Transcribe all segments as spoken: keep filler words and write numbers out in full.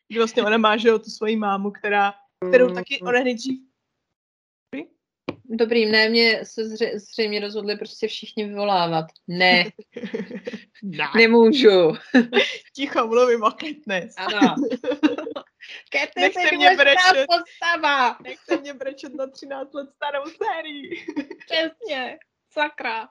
Kdy vlastně ona má, že jo, tu svoji mámu, která, kterou taky ona nejdřív... Dobrý, ne, mě se zře- zřejmě rozhodli prostě všichni vyvolávat. Ne. ne. Nemůžu. Ticho, mluvím o Katniss. Ano. Katniss je důležitá postava. Nechte mě brečet na třináct let starou sérii. Přesně. Sakra.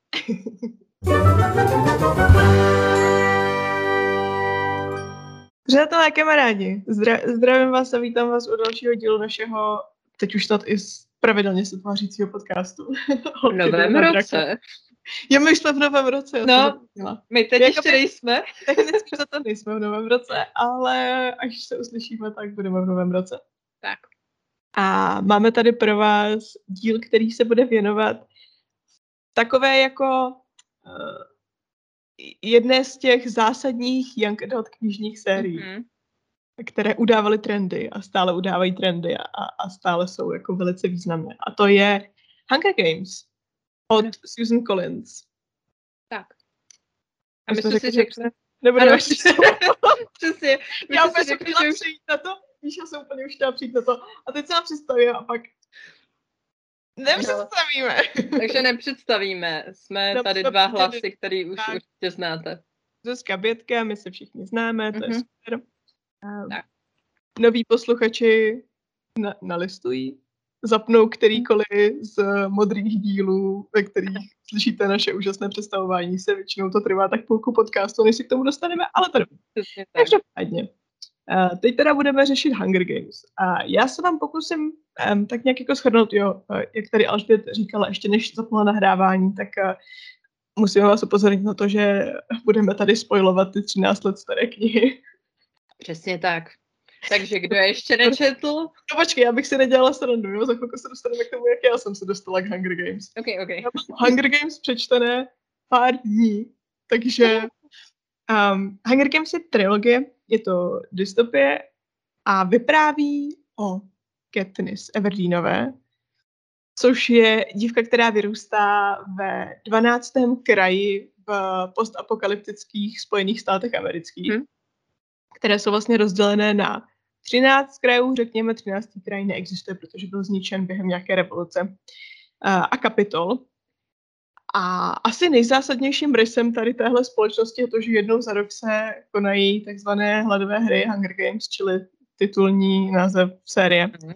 Přátelé, kamarádi, zdra- zdravím vás a vítám vás u dalšího dílu našeho, teď už snad i z pravidelně se tvářícího podcastu. V novém roce. Jo, my už jsme v novém roce. No, my teď jako ještě nejsme. Technicky za to nejsme v novém roce, ale až se uslyšíme, tak budeme v novém roce. Tak. A máme tady pro vás díl, který se bude věnovat takové jako uh, jedné z těch zásadních young adult knižních sérií, mm-hmm. které udávaly trendy a stále udávají trendy a, a stále jsou jako velice významné. A to je Hunger Games od Susan Collins. Tak. A my jsme si řekli, nebudeme přesně. Já úplně jsem chtěla už... přijít na to, víš, já jsem úplně už chtěla přijít na to a teď se nám představím a pak nepředstavíme. No. Takže nepředstavíme. Jsme no, tady dva hlasy, který už tak. Určitě znáte. Zuzka, Bětka, my se všichni známe, to mm-hmm. je super. Um, tak. Noví posluchači na- nalistují, zapnou kterýkoliv z modrých dílů, ve kterých slyšíte naše úžasné představování se. Většinou to trvá tak půlku podcastu, než si k tomu dostaneme, ale to dobrý. Každopádně. Uh, teď teda budeme řešit Hunger Games. A já se vám pokusím um, tak nějak jako shrnout, jo, uh, jak tady Alžbět říkala, ještě než zapnula nahrávání, tak uh, musím vás upozornit na to, že budeme tady spoilovat ty třináct let staré knihy. Přesně tak. Takže kdo ještě nečetl? No počkej, já bych si nedělala srandu, jo? Za chvilku se dostaneme k tomu, jak já jsem se dostala k Hunger Games. Okay, okay. Já mám Hunger Games přečtené pár dní, takže um, Hunger Games je trilogie, je to dystopie a vypráví o Katniss Everdeenové, což je dívka, která vyrůstá ve dvanáctém kraji v postapokalyptických Spojených státech amerických, hmm. které jsou vlastně rozdělené na třináct krajů, řekněme, třináct krajů neexistuje, protože byl zničen během nějaké revoluce, a kapitol. A asi nejzásadnějším rysem tady téhle společnosti je to, že jednou za rok se konají takzvané hladové hry Hunger Games, čili titulní název série, mm.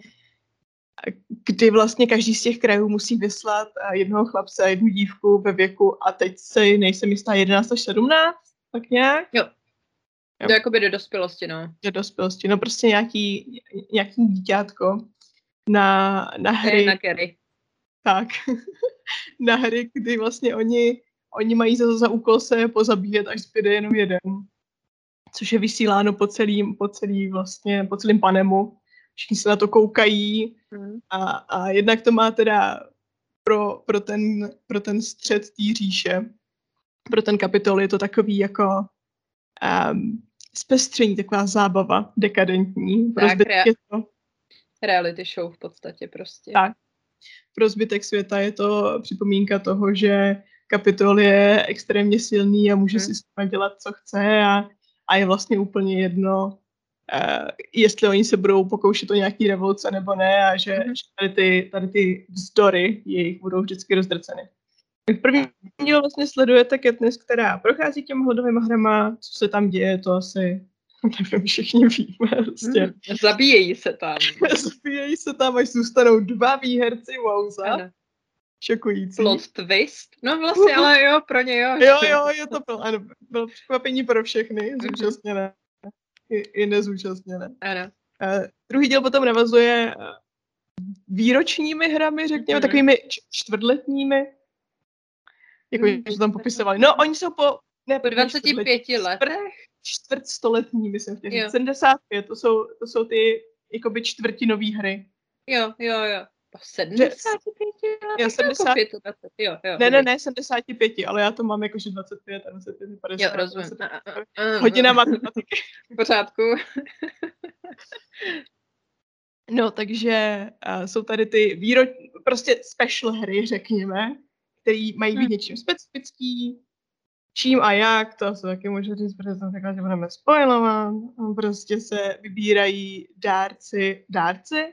kdy vlastně každý z těch krajů musí vyslat jednoho chlapce a jednu dívku ve věku a teď se nejsem jistá jedenáct až sedmnáct, tak nějak. Jo. Jo. Do jakoby do dospělosti, no. Do dospělosti, no prostě nějaký, nějaký díťátko na, na hry. Na Kerry. Tak, na hry, kdy vlastně oni, oni mají za, za úkol se pozabíjet, až zbyde jenom jeden. Což je vysíláno po celým, po celý vlastně, po celým panemu. Všichni se na to koukají hmm. a, a jednak to má teda pro, pro, ten, pro ten střed té říše, pro ten kapitol je to takový jako um, zpestření, taková zábava, dekadentní. Tak, rea- je to... reality show v podstatě prostě. Tak. Pro zbytek světa je to připomínka toho, že kapitol je extrémně silný a může hmm. si s tím dělat, co chce a, a je vlastně úplně jedno, uh, jestli oni se budou pokoušet o nějaký revoluce nebo ne a že, hmm. že tady, ty, tady ty vzdory jejich budou vždycky rozdrceny. V prvním dílu vlastně sledujete Katniss, která prochází těm hladovými hrama, co se tam děje, to asi nevím, všichni víme. Prostě. Hmm, zabíjejí se tam. Zabíjejí se tam, až zůstanou dva výherci, wowza. Šokující. Plot twist. No vlastně, ale jo, pro ně jo. Jo, jo, je to bylo, ano, bylo překvapení pro všechny, zúčastněné i, i nezúčastněné. Ano. Uh, druhý díl potom navazuje uh, výročními hrami, řekněme, mm-hmm. takovými č- čtvrtletními. Jako mm-hmm. že tam popisovali. No, oni jsou po... Ne, po dvaceti pěti letech? čtvrtstoletní, myslím, chtěl říct. sedmdesát pět, to jsou, to jsou ty jakoby čtvrtinové hry. Jo, jo, jo. Po sedmdesáti pěti letech? Jo, sedmdesát... jo, jo. Ne, ne, ne, sedmdesát pět, ale já to mám jakože dvacet pět a dvacet pět, padesát. Jo, rozumím. Hodina matematiky. V pořádku. No, takže uh, jsou tady ty výroč... prostě special hry, řekněme, které mají být hmm. něčím specifický, čím a jak, to se taky můžu říct, protože jsem řekla, že budeme spoilovat. Prostě se vybírají dárci. Dárci?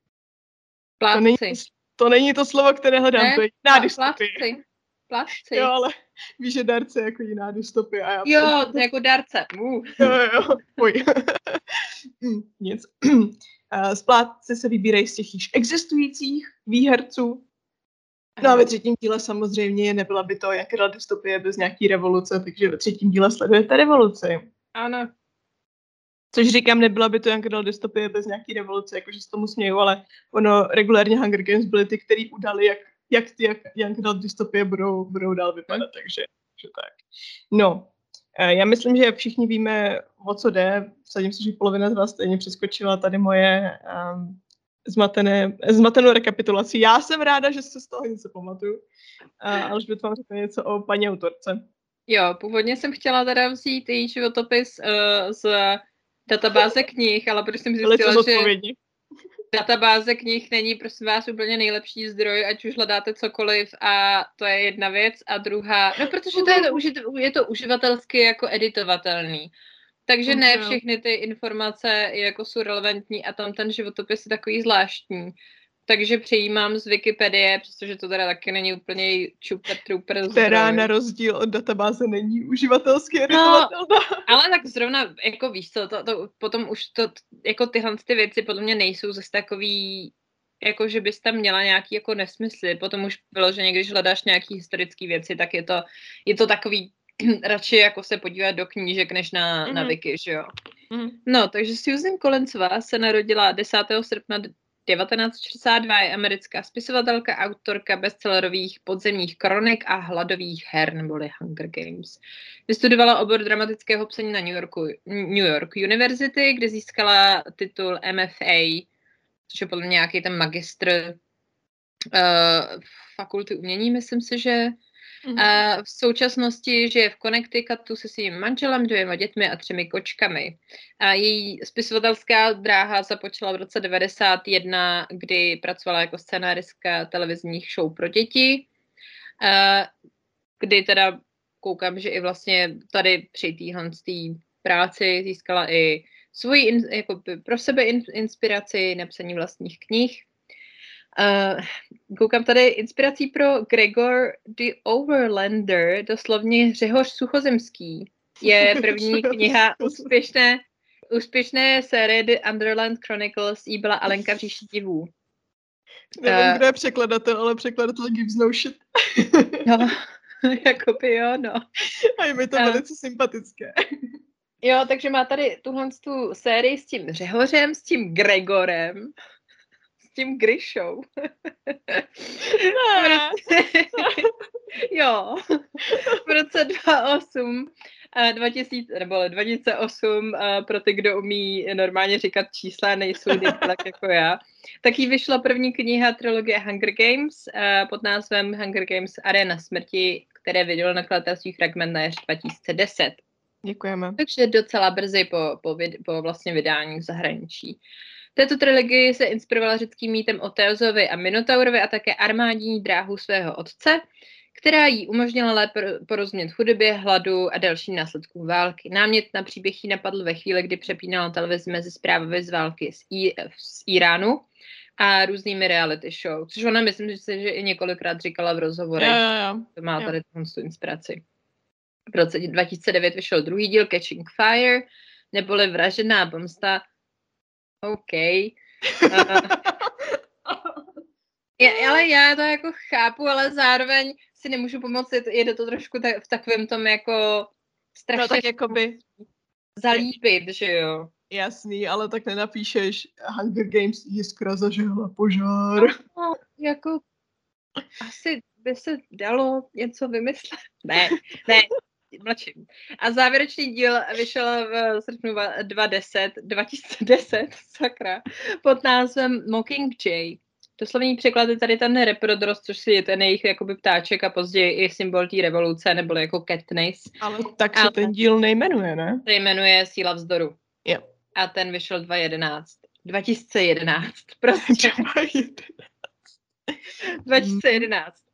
To není, to není to slovo, které hledám, ne, to je jiná dystopie. Plátci. Plátci. Jo, ale víš, že dárce je jako jiná dystopie. A já jo, to... jako dárce. Uh. Jo, jo, poj. Nic. Splátci se vybírají z těch již existujících výherců. No a ve třetím díle samozřejmě nebyla by to jaká dystopie bez nějaký revoluce, takže ve třetím díle sledujete revoluci. Ano. Což říkám, nebyla by to jaká dystopie bez nějaký revoluce, jakože se tomu směju, ale ono regulárně Hunger Games byly ty, který udali, jak, jak ty jak, jak dystopie budou, budou dál vypadat, hmm. takže, takže tak. No, já myslím, že všichni víme, o co jde. Vsadím si, že polovina z vás stejně přeskočila tady moje um, zmatené, zmatenou rekapitulaci. Já jsem ráda, že se z toho něco pamatuju. Uh, ale už vám řekne něco o paní autorce. Jo, původně jsem chtěla teda vzít její životopis uh, z databáze knih, ale protože jsem zjistila, že databáze knih není prosím vás úplně nejlepší zdroj, ať už hledáte cokoliv, a to je jedna věc. A druhá, no protože to je to, je to uživatelsky jako editovatelný. Takže ne všechny ty informace jako jsou relevantní a tam ten životopis je takový zvláštní. Takže přejímám z Wikipedie, přestože to teda taky není úplně super trooper zdroj. Která na rozdíl od databáze není uživatelsky editovatelná. No, ale tak zrovna, jako víš co, to, to, potom už to, jako tyhle ty věci podle mě nejsou zase takový, jako že bys tam měla nějaký jako nesmysly. Potom už bylo, že někdy, když hledáš nějaký historické věci, tak je to, je to takový radši jako se podívat do knížek, než na, mm-hmm. na Wiki, že jo. Mm-hmm. No, takže Susan Collinsová se narodila desátého srpna devatenáct set šedesát dva, je americká spisovatelka, autorka bestsellerových podzemních kronik a hladových her, neboli Hunger Games. Vystudovala obor dramatického psaní na New Yorku, New York University, kde získala titul M F A, což je podle mě nějaký ten magistr uh, fakulty umění, myslím si, že Mm-hmm. A v současnosti žije v Connecticutu se svým manželem, dvěma dětmi a třemi kočkami. A její spisovatelská dráha započala v roce devadesát jedna, kdy pracovala jako scenáristka televizních show pro děti, a kdy teda koukám, že i vlastně tady při téhle práci získala i svoji in, jako pro sebe in, inspiraci napsaní vlastních knih. Uh, koukám tady inspirací pro Gregor the Overlander, doslovně Hřehoř Suchozemský. Je první kniha úspěšné, úspěšné série The Underland Chronicles, jí byla Alenka v říši divů. Nevím, uh, kdo je překladatel, ale překladatel gives no shit. No, jakoby jo, no. A je mi to uh, velice sympatické. Jo, takže má tady tuhle tu sérii s tím Řehořem, s tím Gregorem, tím Gryšou. Ne. Jo. V roce dva tisíce osm, nebo dva tisíce osm, pro ty, kdo umí normálně říkat čísla, nejsou tak jako já, tak jí vyšla první kniha trilogie Hunger Games pod názvem Hunger Games Arena smrti, které vydalo nakladatelství Fragment na jaře dva tisíce deset. Děkujeme. Takže docela brzy po, po, po vlastně vydání v zahraničí. V této trilogii se inspirovala řeckým mýtem o Teozovi a Minotaurovi a také armádní dráhu svého otce, která jí umožnila lépe porozumět chudobě, hladu a dalším následkům války. Námět na příběh jí napadl ve chvíli, kdy přepínala televizi mezi zprávami z války z, I- z Iránu a různými reality show, což ona myslím, že se že i několikrát říkala v rozhovorech. Jo, jo, jo. To má tady tu inspiraci. V roce dva tisíce devět vyšel druhý díl Catching Fire, neboli Vražená pomsta. OK. Uh, je, ale já to jako chápu, ale zároveň si nemůžu pomoct, jde to trošku ta, v takovém tom jako strašně no, tak jakoby zalíbit, že jo. Jasný, ale tak nenapíšeš Hunger Games jiskra zažehla požár. No, jako asi by se dalo něco vymyslet. Ne, ne. Mlčím. A závěrečný díl vyšel v srpnu dva tisíce deset, sakra, pod názvem Mockingjay. Doslovný překlad je tady ten reprodrost, což je ten jejich jakoby ptáček a později i symbol té revoluce, nebo jako Katniss. Ale tak se Ale ten díl nejmenuje, ne? Se jmenuje Síla vzdoru. Jo. A ten vyšel dva tisíce jedenáct. Prostě. dva tisíce jedenáct.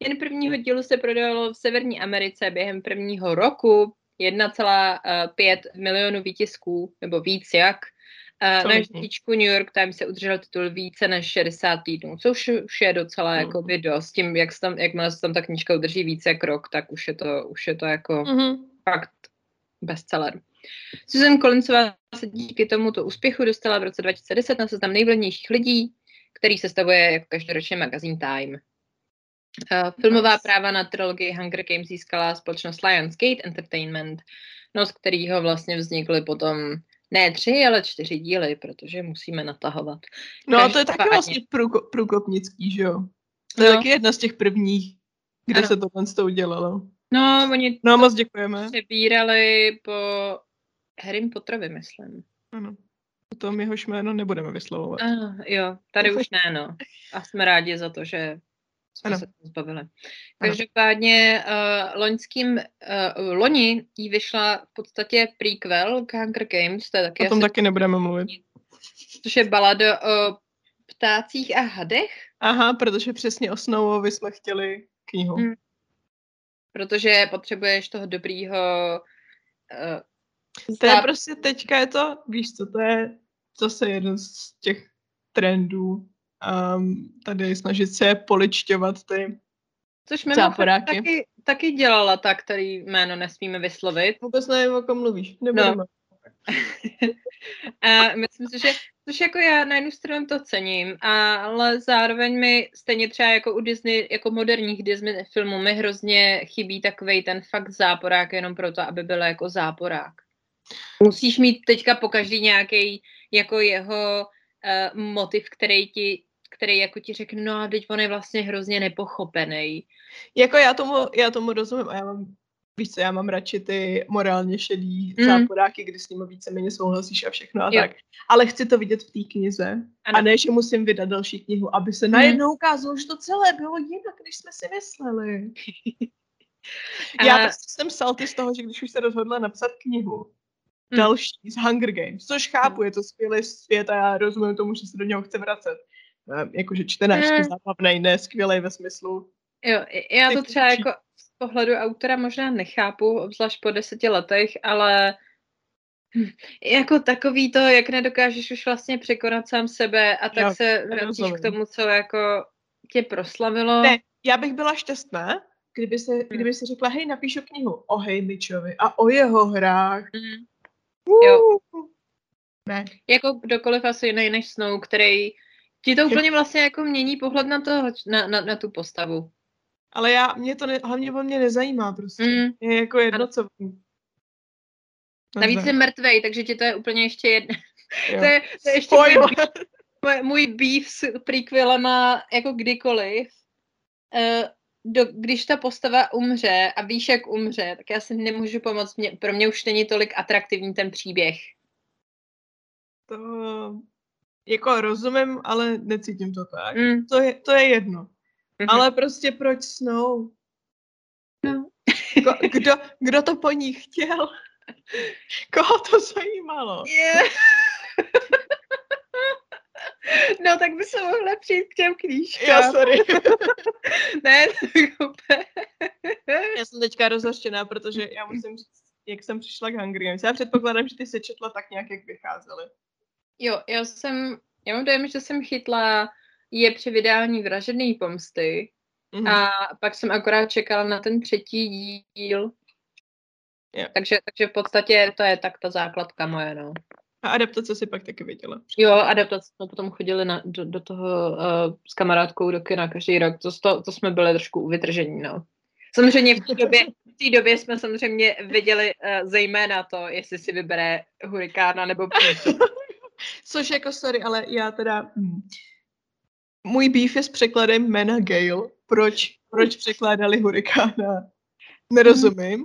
jen prvního dílu se prodalo v Severní Americe během prvního roku jedna celá pět milionu výtisků, nebo víc jak. Uh, na žebříčku New York Times se udržel titul více než šedesát týdnů, což už je docela mm. jako dost. Tím, jak se tam, jakmile se tam ta knížka udrží více jak rok, tak už je to, už je to jako mm-hmm. fakt bestseller. Susan Collinsová se díky tomuto úspěchu dostala v roce dva tisíce deset na seznam nejvlivnějších lidí, který sestavuje jako každoročně magazín Time. Uh, filmová práva na trilogii Hunger Games získala společnost Lionsgate Entertainment, no z kterého vlastně vznikly potom ne tři, ale čtyři díly, protože musíme natahovat. No a to je taky vlastně průko- průkopnický, že jo? To je no. taky jedna z těch prvních, kde ano. se tohle s tou dělalo. No, oni no, moc děkujeme. přebírali po Harrym Potterovi, myslím. Ano. Potom jehož jméno nebudeme vyslovovat. Ano, jo, tady už ne, no. A jsme rádi za to, že jsme ano. se to zbavili. Každopádně uh, loňským, uh, loni jí vyšla v podstatě prequel k Hunger Games. To je taky o tom taky nebudeme mluvit. Což je balada o ptácích a hadech. Aha, protože přesně o Snowovi jsme chtěli knihu. Hmm. Protože potřebuješ toho dobrýho... Uh, to je prostě teďka je to, víš co, to je zase jeden z těch trendů. Um, tady snažit se poličťovat ty což mimochodem taky, taky dělala ta, který jméno nesmíme vyslovit. Vůbec nevím, o kom mluvíš. Nebudeme. No. A myslím si, že což jako já na jednu stranu to cením, ale zároveň mi stejně třeba jako u Disney, jako moderních Disney filmů mi hrozně chybí takovej ten fakt záporák jenom proto, aby byl jako záporák. Musíš mít teďka po každý nějaký jako jeho uh, motiv, který ti který jako ti řekne, no a teď on je vlastně hrozně nepochopený. Jako já tomu, já tomu rozumím a já mám, víš co, já mám radši ty morálně šedý mm. záporáky, kdy s nimi víceméně souhlasíš a všechno a jo. tak. Ale chci to vidět v té knize ano. a ne, že musím vydat další knihu, aby se mm. najednou ukázalo, že to celé bylo jinak, než jsme si mysleli. já a... prostě jsem salty z toho, že když už se rozhodla napsat knihu, mm. další z Hunger Games, což chápu, mm. je to skvělý svět a já rozumím tomu, že se do něho chce vracet. Jakože čtenářský mm. zábavnej, ne skvělej ve smyslu. Jo, já to třeba jako z pohledu autora možná nechápu, obzvlášť po deseti letech, ale jako takový to, jak nedokážeš už vlastně překonat sám sebe a tak jo, se vracíš k tomu, co jako tě proslavilo. Ne, já bych byla šťastná, kdyby se, hmm. kdyby se řekla, hej, napíšu knihu o Haymitchovi a o jeho hrách. Hmm. Jo. Ne. Jako kdokoliv asi jiný než Snow, který ti to úplně vlastně jako mění pohled na, to, na, na, na tu postavu. Ale já, mě to ne, hlavně o mě nezajímá prostě. Mm. Je jako jedno, co... Navíc je mrtvej, takže ti to je úplně ještě jedno. to, je, to je ještě můj, můj, můj beef s prequelama jako kdykoliv. Uh, do, když ta postava umře a víš, jak umře, tak já si nemůžu pomoct. Mě, pro mě už není tolik atraktivní ten příběh. To... Jako rozumím, ale necítím to tak. Mm. To, je, to je jedno. Mm-hmm. Ale prostě proč Snow? No. Ko, kdo, kdo to po ní chtěl? Koho to zajímalo? Yeah. No, tak by se mohla přijít k těm knížkám. Já, sorry. Ne, já jsem teďka rozhořčená, protože já musím říct, jak jsem přišla k Hunger Games. Já předpokládám, že ty se četla tak nějak, jak vycházely. Jo, já jsem, já mám dojem, že jsem chytla je při vydání Vražedné pomsty mm-hmm. a pak jsem akorát čekala na ten třetí díl. Yeah. Takže, takže v podstatě to je tak ta základka moje, no. A adaptace si pak taky viděla? Jo, adaptace jsme potom chodili na, do, do toho uh, s kamarádkou do kina každý rok. To, to, to jsme byli trošku vytržení, no. Samozřejmě v té době, v té době jsme samozřejmě viděli uh, zejména to, jestli si vybere Hurikána nebo Pítu. Což jako, sorry, ale já teda... Hm. Můj beef je s překladem jména Gale. Proč, proč překládali Hurikána? Nerozumím.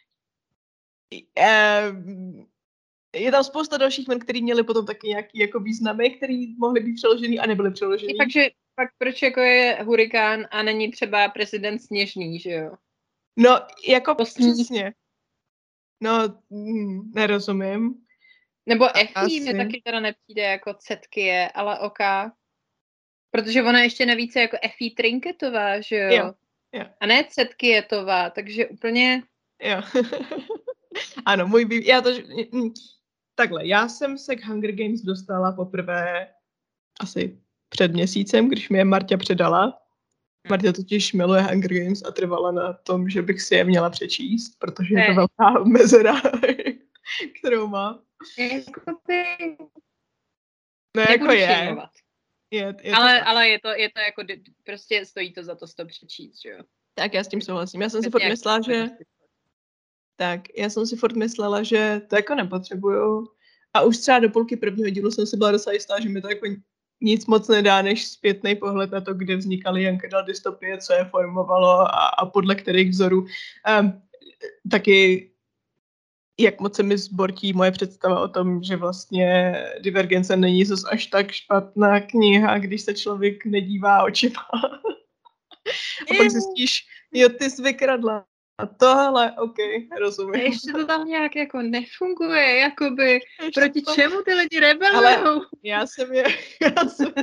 Mm. Je tam spousta dalších jmen, který měli potom taky nějaký jako významy, který mohly být přeložený a nebyly přeložený. Takže pak proč jako je Hurikán a není třeba prezident Sněžný, že jo? No, jako přesně. No, hm, nerozumím. Nebo Effie mi taky teda nepřijde jako Cetkie, ale oka. Protože ona ještě navíc je jako Effie Trinketová, že jo? Jo. Jo. A ne Cetkyjetová, takže úplně... Jo. Ano, můj býv... Já to... Takhle, já jsem se k Hunger Games dostala poprvé asi před měsícem, když mi je Marta předala. Marta totiž miluje Hunger Games a trvala na tom, že bych si je měla přečíst, protože je to velká mezera, kterou má. Jakoby... No jako je. je, je ale, to ale je to, je to jako, prostě stojí to za to, to přečíst, že jo? Tak já s tím souhlasím. Já jsem si furt myslela, že... Tak, já jsem si furt myslela, že to jako nepotřebuju. A už třeba do půlky prvního dílu jsem si byla docela jistá, že mi to jako nic moc nedá, než zpětný pohled na to, kde vznikaly young adult dystopie, co je formovalo a, a podle kterých vzorů. Um, taky jak moc se mi zbortí moje představa o tom, že vlastně Divergence není zas až tak špatná kniha, když se člověk nedívá očima. A pak zjistíš, jo, ty jsi vykradla. A tohle, ok, rozumím. Ještě to tam nějak jako nefunguje, jakoby, ještě proti to... čemu ty lidi rebelují? Ale já jsem je, já jsem,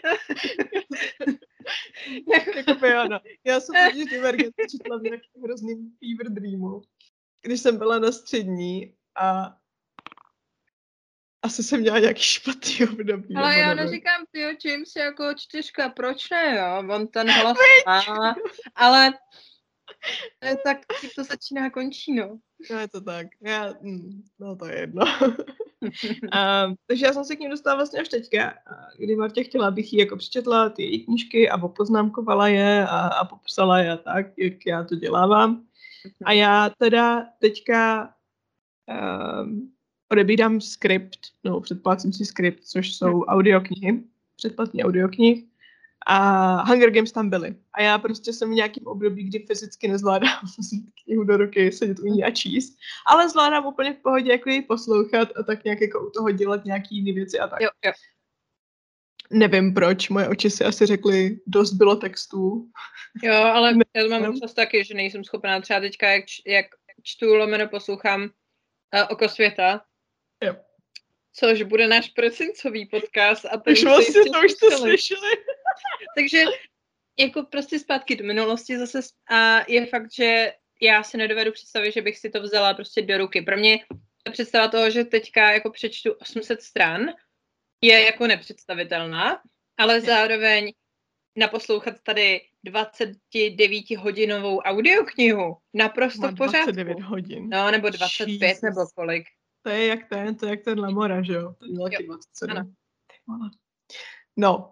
jakoby ano, já jsem totiž Divergence četla v nějakým hrozným fever dreamu, když jsem byla na střední a asi jsem měla nějaký špatný období. Ale já neříkám, tyjo, James jako čtyřka, proč ne, jo? On ten hlas má, ale tak to začíná a končí, no. No je to tak. Já, no to je jedno. a, takže já jsem se k ním dostala vlastně až teďka, kdy Martě chtěla, abych jí jako přečetla ty její knížky a popoznámkovala je a, a popsala je tak, jak já to dělávám. A já teda teďka um, odebírám skript, no předplácím si skript, což jsou audioknihy, předplatný audioknih. A Hunger Games tam byly. A já prostě jsem v nějakém období, kdy fyzicky nezvládám knihu do ruky, sedět u ní a číst, ale zvládám úplně v pohodě jako ji poslouchat a tak nějak jako u toho dělat nějaký jiný věci a tak. Jo, jo. Nevím proč, moje oči si asi řekly, dost bylo textů. Jo, ale ne, já to mám občas taky, že nejsem schopná třeba teďka, jak, jak čtu, lomeno poslouchám uh, Oko světa. Jo. Což bude náš prosincový podcast. A už vlastně to už to slyšeli. Takže jako prostě zpátky do minulosti zase a je fakt, že já si nedovedu představit, že bych si to vzala prostě do ruky. Pro mě představa toho, že teďka jako přečtu osm set stran je jako nepředstavitelná, ale zároveň naposlouchat tady dvacet devět hodinovou audioknihu naprosto v pořádku. dvacet devět hodin. No, nebo dvacet pět Jesus. Nebo kolik. To je jak ten, to je jak ten Lamora, že jo? To je taky dvacet sedm. No.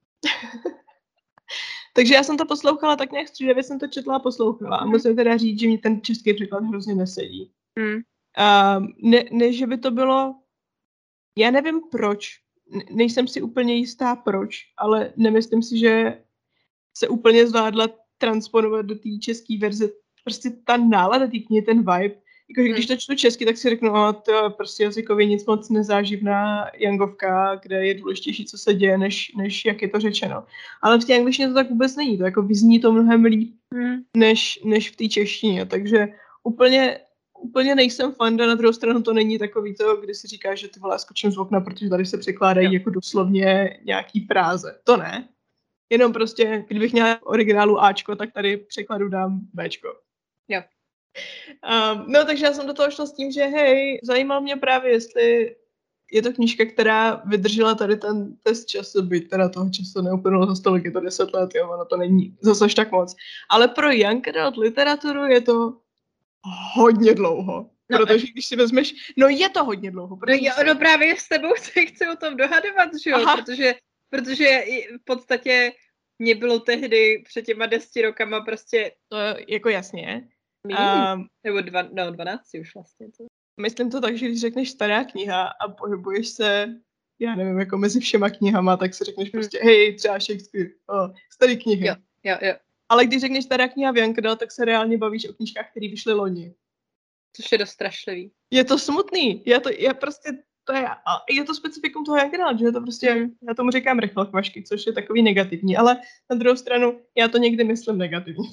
Takže já jsem to poslouchala tak nějak střídavě, jsem to četla a poslouchala. A musím teda říct, že mi ten český překlad hrozně nesedí. Hmm. Uh, ne, ne, že by to bylo... Já nevím proč. Nejsem si úplně jistá proč, ale nemyslím si, že se úplně zvládla transponovat do té české verze. Prostě ta nálada té knihy, ten vibe. Jakože když to čtu česky, tak si řeknu, o, to je prostě jazykově nic moc nezáživná jangovka, kde je důležitější, co se děje, než, než jak je to řečeno. Ale v té angličtině to tak vůbec není. To jako vyzní to mnohem líp, hmm. než, než v té češtině. Takže úplně, úplně nejsem fanda, na druhou stranu to není takový to, kdy si říkáš, že ty vole, skočím z okna, protože tady se překládají jo. jako doslovně nějaký fráze. To ne. Jenom prostě, kdybych měla originálu Ačko, tak tady překladu dám Bčko. Jo. Um, no, takže já jsem do toho šla s tím, že hej, zajímalo mě právě, jestli je to knížka, která vydržela tady ten test času, byť teda toho času neuplynulo za stolik, je to deset let, jo, ono to není zase až tak moc. Ale pro young adult literaturu je to hodně dlouho. No, protože když si vezmeš, no je to hodně dlouho. No, jo, se... no právě s tebou se chci o tom dohadovat, že jo, protože, protože v podstatě mě bylo tehdy před těma deseti rokama prostě... To je jako jasně. Um, nebo dva, no, dvanáct už vlastně. To. Myslím to tak, že když řekneš stará kniha a pohybuješ se, já nevím, jako mezi všema knihama, tak si řekneš prostě, hej, třeba Shakespeare, oh, starý knihy. Jo, jo, jo. Ale když řekneš stará kniha v young adult, tak se reálně bavíš o knížkách, které vyšly loni. Což je dost strašlivý. Je to smutný. Já to, já prostě, to je, je to specifikum toho young adult, že je to prostě, mm. já tomu říkám rychlokvašky, což je takový negativní, ale na druhou stranu, já to někdy myslím negativně.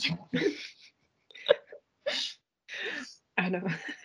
Ano.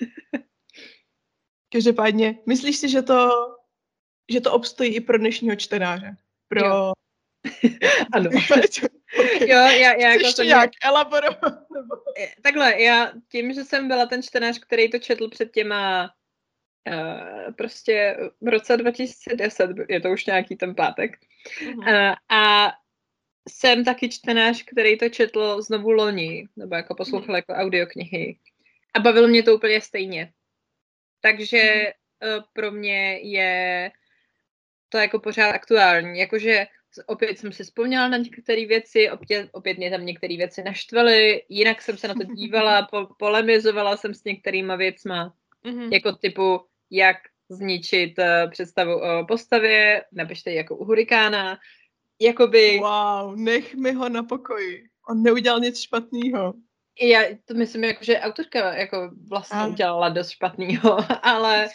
Každopádně, myslíš si, že to, že to obstojí i pro dnešního čtenáře? Pro... ano. Okay. Jo, já, já jako Chceš to jsem nějak elaborovat? Nebo... Takhle, já tím, že jsem byla ten čtenář, který to četl před těma uh, prostě v roce dva tisíce deset, je to už nějaký ten pátek, uh-huh. uh, a jsem taky čtenář, který to četl znovu loni, nebo jako poslouchal uh-huh. jako audioknihy. A bavilo mě to úplně stejně. Takže uh-huh. uh, pro mě je to jako pořád aktuální. Jakože opět jsem si vzpomněla na některé věci, opět, opět mě tam některé věci naštvaly, jinak jsem se na to dívala, po, polemizovala jsem s některýma věcma, mm-hmm. jako typu, jak zničit uh, představu o postavě, napište ji jako u Hurikána, jakoby... Wow, nech mi ho na pokoji. On neudělal nic špatného. Já to myslím, jako, že autorka jako vlastně A... udělala dost špatného, ale...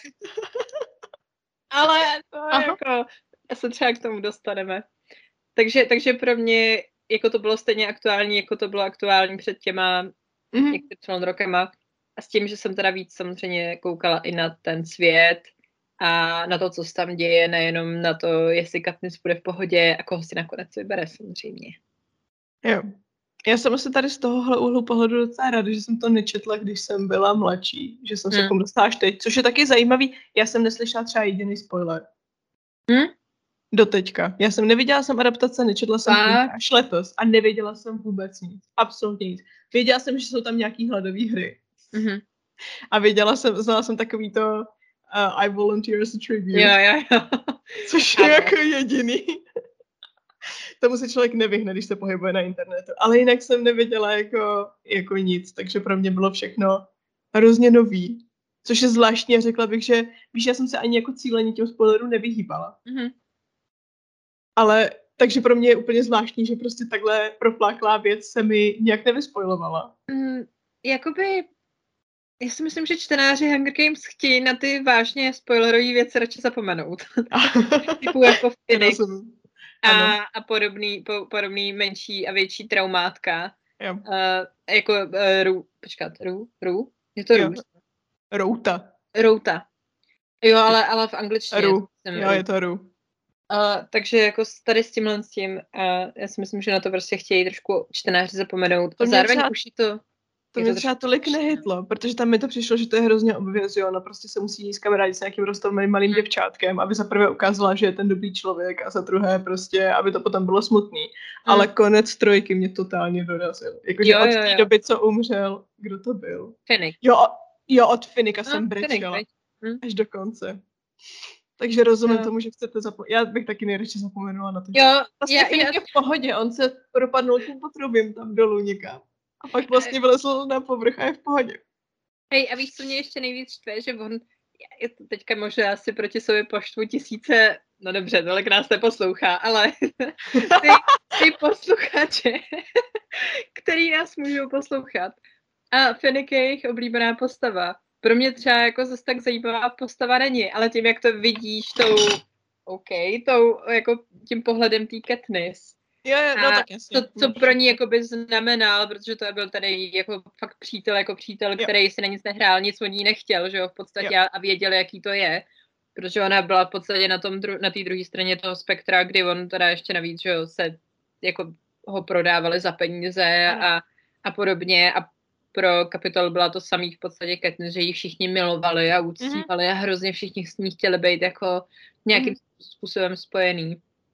ale to je jako... se třeba k tomu dostaneme. Takže, takže pro mě jako to bylo stejně aktuální, jako to bylo aktuální před těma mm-hmm. některými rokama. A s tím, že jsem teda víc samozřejmě koukala i na ten svět a na to, co se tam děje, nejenom na to, jestli Katniss bude v pohodě a koho si nakonec vybere samozřejmě. Jo. Já jsem se tady z tohohle úhlu pohledu docela ráda, že jsem to nečetla, když jsem byla mladší, že jsem se hmm. k tomu dostala až teď, což je taky zajímavý. Já jsem neslyšela třeba jediný spoiler. Hmm? Doteďka. Já jsem neviděla jsem adaptace, nečetla jsem až letos a nevěděla jsem vůbec nic. Absolutně nic. Věděla jsem, že jsou tam nějaký hladové hry. Mm-hmm. A věděla jsem, znala jsem takový to uh, I volunteer as a tribute. Jo, jo, jo. Což je jako jediný. Tomu se člověk nevyhne, když se pohybuje na internetu. Ale jinak jsem nevěděla jako, jako nic, takže pro mě bylo všechno hrozně nový. Což je zvláštní a řekla bych, že víš, já jsem se ani jako cíleně těm spoilerům nevyhýbala. Mm-hmm. Ale takže pro mě je úplně zvláštní, že prostě takhle profláklá věc se mi nějak nevyspoilovala. Mm, jakoby, já si myslím, že čtenáři Hunger Games chtějí na ty vážně spoilerové věci radši zapomenout. Typu jako Phoenix a, a podobný, po, podobný menší a větší traumátka. Jo. Uh, jako uh, Ru, počkat, Ru, Ru? Je to Ru? Routa. Routa. Jo, ale, ale v angličtině. Ru. Jo, je to Ru. Uh, takže jako tady s tímhle s tím, uh, já si myslím, že na to prostě chtějí trošku čtenáři zapomenout. To zároveň třeba, už je to... To mě třeba tolik nehytlo, protože tam mi to přišlo, že to je hrozně obvěz, jo, no prostě se musí s kamarádi s nějakým roztomilým malým hmm. děvčátkem, aby za prvé ukázala, že je ten dobrý člověk a za druhé prostě, aby to potom bylo smutný. Hmm. Ale konec trojky mě totálně dorazil. Jakože od té doby, co umřel, kdo to byl? Finnick. Jo, jo, od Finnicka no, jsem brečela. Hmm. Až do konce. Takže rozumím jo. tomu, že chcete zapomenout. Já bych taky nejradši zapomenula na to. Jo, vlastně Finnick je v pohodě, on se propadnul tím potrubím tam dolů někam. A pak vlastně vylezl na povrch a je v pohodě. Hej, a víš, co mě ještě nejvíc štve, že on, je to teďka možná asi proti sobě poštvu tisíce, no dobře, tolik nás neposlouchá, ale ty, ty posluchače, který nás můžou poslouchat. A Finnick je jejich oblíbená postava. Pro mě třeba jako zase tak zajímavá postava není, ale tím, jak to vidíš tou, OK, tou, jako tím pohledem tý Katniss. Jo, jo, no tak jasně. To, co pro ní jakoby znamenal, protože to byl tady jako fakt přítel, jako přítel, jo. který si na nic nehrál, nic od ní nechtěl, že jo, v podstatě jo. a věděl, jaký to je. Protože ona byla v podstatě na tom dru- na té druhé straně toho spektra, kdy on teda ještě navíc, že jo, se jako ho prodávali za peníze a, a podobně a pro Kapitol byla to samý v podstatě Katniss, že ji všichni milovali a uctívali mm-hmm. a hrozně všichni s ní chtěli být jako nějakým mm-hmm. způsobem spojený.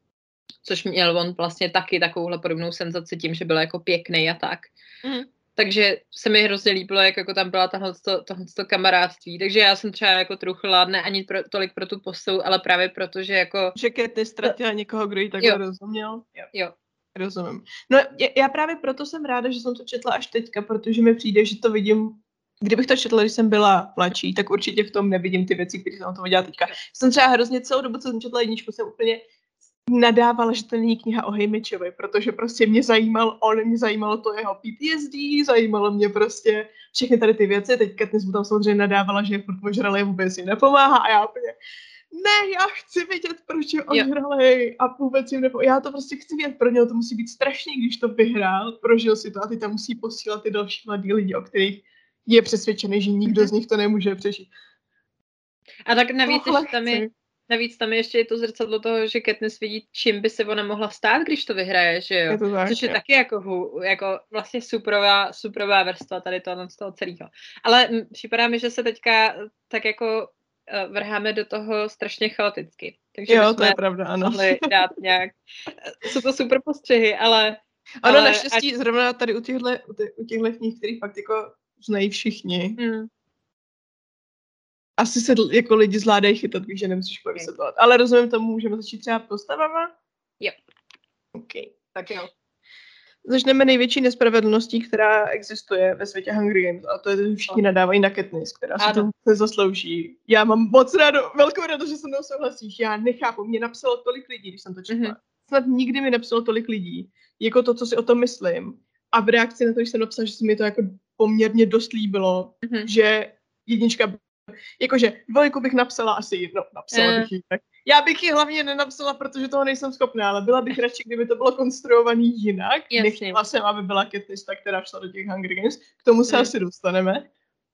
Což měl on vlastně taky takovouhle podobnou senzaci tím, že byl jako pěkný a tak. Mm. Takže se mi hrozně líbilo, jak jako tam byla tohleto, tohleto kamarádství. Takže já jsem třeba jako truchla, ne ani pro, tolik pro tu postavu, ale právě proto, že jako... Že Katniss ztratila někoho, kdo jí takhle jo. rozuměl. Jo. jo. Rozumím. No já právě proto jsem ráda, že jsem to četla až teďka, protože mi přijde, že to vidím, kdybych to četla, když jsem byla mladší, tak určitě v tom nevidím ty věci, které jsem o tom viděla teďka. Jsem třeba hrozně celou dobu, co jsem četla jedničku, jsem úplně nadávala, že to není kniha o Haymitchovi, protože prostě mě zajímal on, mě zajímalo to jeho P T S D, zajímalo mě prostě všechny tady ty věci, teď Katniss mu tam samozřejmě nadávala, že je furt ožralý, vůbec jim nepomáhá a já úplně ne, já chci vědět, proč je ožralej a vůbec jim nepomáhá. Já to prostě chci vědět, pro něho to musí být strašný, když to vyhrál, prožil si to a ty tam musí posílat ty další mladí lidi, o kterých je přesvědčený, že nikdo z nich to nemůže přežít. A tak navíc, že tam je navíc tam ještě je to zrcadlo toho, že Katniss vidí, čím by se ona mohla stát, když to vyhraje, že jo? Je to tak, Což je jo. taky jako, hu, jako vlastně superová, superová vrstva tady toho, z toho celého. Ale m, připadá mi, že se teďka tak jako uh, vrháme do toho strašně chaoticky. Takže Jo, bychom to je pravda, ano. mohli dát nějak, jsou to super postřehy, ale... Ano, ale naštěstí ať... zrovna tady u těchto, u těchto knih, kterých fakt jako znají všichni, Hmm. asi se jako lidi zvládají chytat, víš, že nemusíš vysvětlovat. Ale rozumím tomu, můžeme začít třeba postavama? Jo. OK, tak jo. Začneme největší nespravedlností, která existuje ve světě Hunger Games, a to je, že všichni nadávají na Katniss, která si to nezaslouží. Já mám moc rádu, velkou radost, že se mnou souhlasíš. Já nechápu, mě napsalo tolik lidí, když jsem to četla. Mm-hmm. Snad nikdy mi napsalo tolik lidí, jako to, co si o tom myslím. A v reakci na to, že jsem napsala, že se mi to jako poměrně dost líbilo, mm-hmm. že jednička, jakože dvojku bych napsala asi jedno, napsala uh. bych ji tak. Já bych ji hlavně nenapsala, protože toho nejsem schopná, ale byla bych radši, kdyby to bylo konstruovaný jinak. Jasně. Nechtěla jsem, aby byla Katniss ta, která šla do těch Hunger Games. K tomu se mm. asi dostaneme.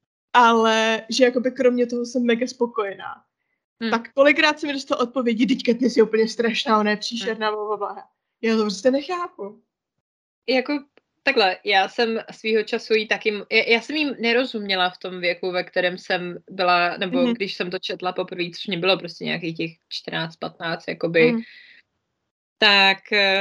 Ale že jakoby kromě toho jsem mega spokojená. Mm. Tak kolikrát jsem mi dostala odpovědi, teď Katniss je úplně strašná, ona je příšerná, blablabla. Já to prostě nechápu. Jako takhle, já jsem svýho času jí taky, já, já jsem jim nerozuměla v tom věku, ve kterém jsem byla, nebo mm-hmm. když jsem to četla poprvé, což mě bylo prostě nějakých těch čtrnáct patnáct, jakoby, mm. tak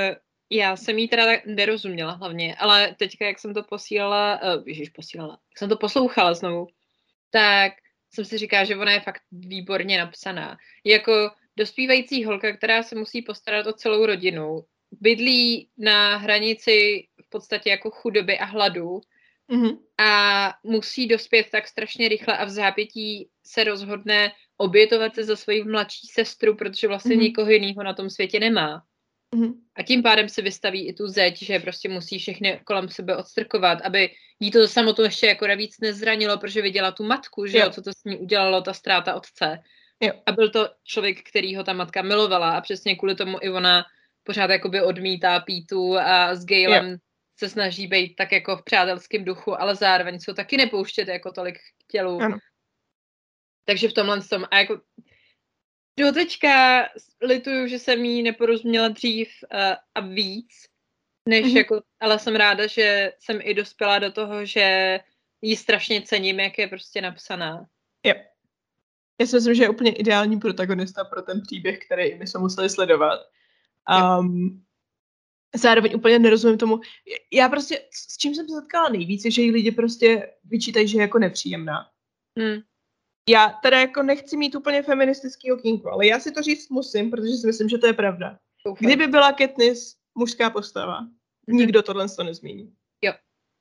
já jsem jí teda nerozuměla hlavně, ale teďka, jak jsem to posílala, uh, ježiš, posílala, jak jsem to poslouchala znovu, tak jsem si říkala, že ona je fakt výborně napsaná. Jako dospívající holka, která se musí postarat o celou rodinu, bydlí na hranici v podstatě jako chudoby a hladu mm-hmm. a musí dospět tak strašně rychle a v zápětí se rozhodne obětovat se za svoji mladší sestru, protože vlastně mm-hmm. nikoho jiného na tom světě nemá. Mm-hmm. A tím pádem se vystaví i tu zeď, že prostě musí všechny kolem sebe odstrkovat, aby jí to samotnou ještě jako navíc nezranilo, protože viděla tu matku, že jo, co to s ní udělalo, ta ztráta otce. Jo. A byl to člověk, kterýho ta matka milovala a přesně kvůli tomu i ona pořád jakoby odmítá Pítu a s Galem jo. se snaží být tak jako v přátelském duchu, ale zároveň se ho taky nepouštět jako tolik k tělu. Ano. Takže v tomhle tom, a jako do teďka lituju, že jsem jí neporozuměla dřív uh, a víc, než mm-hmm. jako, ale jsem ráda, že jsem i dospěla do toho, že jí strašně cením, jak je prostě napsaná. Jo. Já si myslím, že je úplně ideální protagonista pro ten příběh, který my jsme museli sledovat. Um, zároveň úplně nerozumím tomu. Já prostě, s čím jsem se setkala nejvíc, je, že jí lidi prostě vyčítají, že je jako nepříjemná. Hmm. Já teda jako nechci mít úplně feministický okýnko, ale já si to říct musím, protože si myslím, že to je pravda. Ufaj. Kdyby byla Katniss mužská postava, hmm. nikdo tohle to nezmíní. Jo.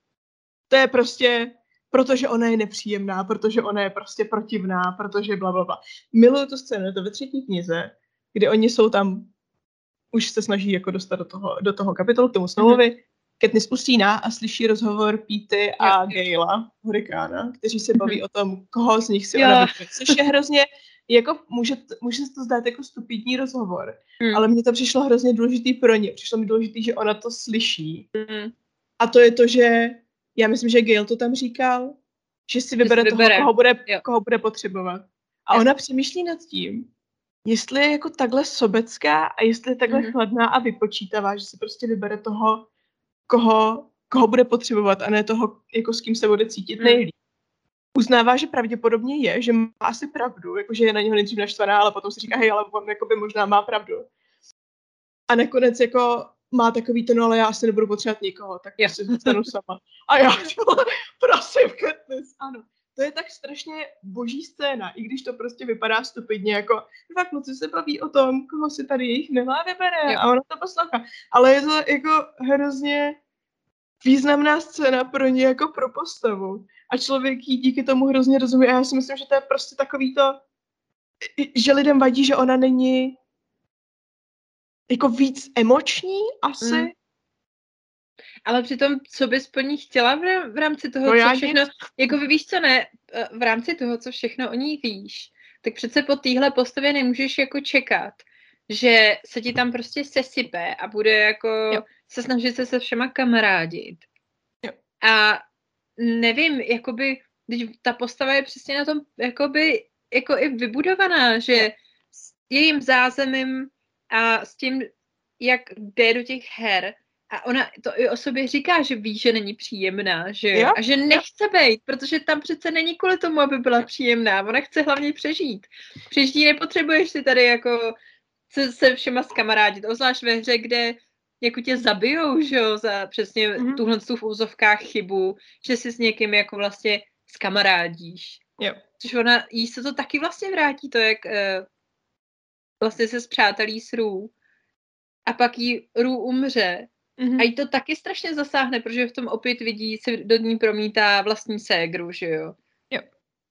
To je prostě, protože ona je nepříjemná, protože ona je prostě protivná, protože blablabla. Miluju tu scénu, to ve třetí knize, kde oni jsou tam, už se snaží jako dostat do toho, do toho kapitolu, k tomu Snowovi. Mm-hmm. Katniss usíná a slyší rozhovor Píty a Gala, Hurikána, kteří se baví mm-hmm. o tom, koho z nich si ona vybere. Což je hrozně, jako může, může se to zdát jako stupidní rozhovor, mm. ale mně to přišlo hrozně důležitý pro ně. Přišlo mi důležitý, že ona to slyší. Mm. A to je to, že já myslím, že Gale to tam říkal, že si vybere, že si vybere. toho, koho bude, koho bude potřebovat. A jo. ona přemýšlí nad tím, jestli je jako takhle sobecká a jestli je takhle mm-hmm. chladná a vypočítavá, že si prostě vybere toho, koho, koho bude potřebovat a ne toho, jako s kým se bude cítit mm. nejlíp. Uznává, že pravděpodobně je, že má asi pravdu, jakože je na něho nejdřív naštvaná, ale potom si říká, hej, ale on jakoby možná má pravdu. A nakonec jako má takový to, no ale já asi nebudu potřebovat nikoho, tak prostě zůstanu sama. A já, prosím, Katniss, ano. To je tak strašně boží scéna, i když to prostě vypadá stupidně, jako fakt kluci se baví o tom, koho si tady jejich milá vybere jo. a ona to poslouchá. Ale je to jako hrozně významná scéna pro ně jako pro postavu. A člověk jí díky tomu hrozně rozumí. A já si myslím, že to je prostě takový to, že lidem vadí, že ona není jako víc emoční asi. Mm. Ale přitom, co bys po ní chtěla v rámci toho, no co všechno, nic. Jako vy víš co ne, v rámci toho, co všechno o ní víš, tak přece po téhle postavě nemůžeš jako čekat, že se ti tam prostě sesype a bude jako jo. se snažit se se všema kamarádit. Jo. A nevím, jakoby, ta postava je přesně na tom, jakoby, jako i vybudovaná, že jo. jejím zázemím a s tím, jak jde do těch her. A ona to i o sobě říká, že ví, že není příjemná, že jo? Jo, A že nechce být, protože tam přece není kvůli tomu, aby byla příjemná. Ona chce hlavně přežít. Přežití nepotřebuješ si tady jako se, se všema skamarádit, obzvlášť ve hře, kde jako tě zabijou, že jo, za přesně Mhm. tuhle tu v úzovkách chybu, že si s někým jako vlastně skamarádíš. Jo. Což ona, jí se to taky vlastně vrátí, to jak uh, vlastně se spřátelí s Rů a pak jí Rů umře Mhm. a jí to taky strašně zasáhne, protože v tom opět vidí, se do ní promítá vlastní ségru, že jo. Jo.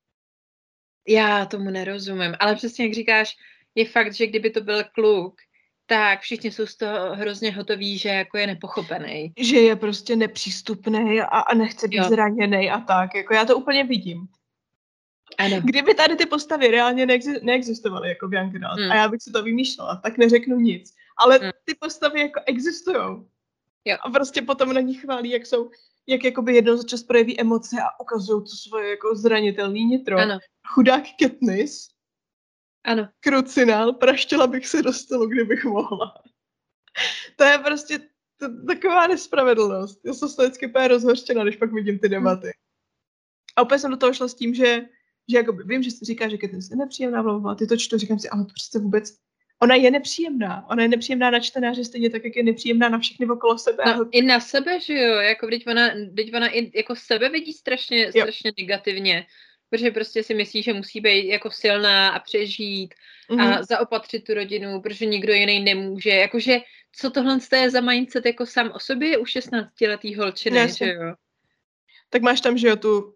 Já tomu nerozumím, ale přesně jak říkáš, je fakt, že kdyby to byl kluk, tak všichni jsou z toho hrozně hotoví, že jako je nepochopený. Že je prostě nepřístupný a, a nechce být Jo. zraněný a tak. Jako já to úplně vidím. Ano. Kdyby tady ty postavy reálně neexi- neexistovaly jako v Young Adult Mm. a já bych si to vymýšlela, tak neřeknu nic. Ale Mm. ty postavy jako existujou. Jo. A prostě potom na ní chválí, jak jsou, jak jakoby jednou za čas projeví emoce a ukazují to svoje jako zranitelný nitro. Ano. Chudák Katniss, Ano. krucinál, praštila bych se do stolu, kdybych mohla. To je prostě to, taková nespravedlnost. Já jsem se vždycky úplně rozhořčena, když pak vidím ty debaty. A úplně jsem do toho šla s tím, že, že jakoby, vím, že jsi říká, že Katniss je nepříjemná, blablabla, ty to čtu, říkám si, ale to přece vůbec, ona je nepříjemná. Ona je nepříjemná na čtenáře stejně tak, jak je nepříjemná na všechny okolo sebe. No, i na sebe, že jo, jako vždyť ona, vždyť ona i jako sebe vidí strašně, Jo. strašně negativně, protože prostě si myslí, že musí být jako silná a přežít Mhm. a zaopatřit tu rodinu, protože nikdo jiný nemůže, jakože co tohle je za mindset jako sám o sobě u šestnáctiletý holčiny, Jasně. že jo. Tak máš tam, že jo, tu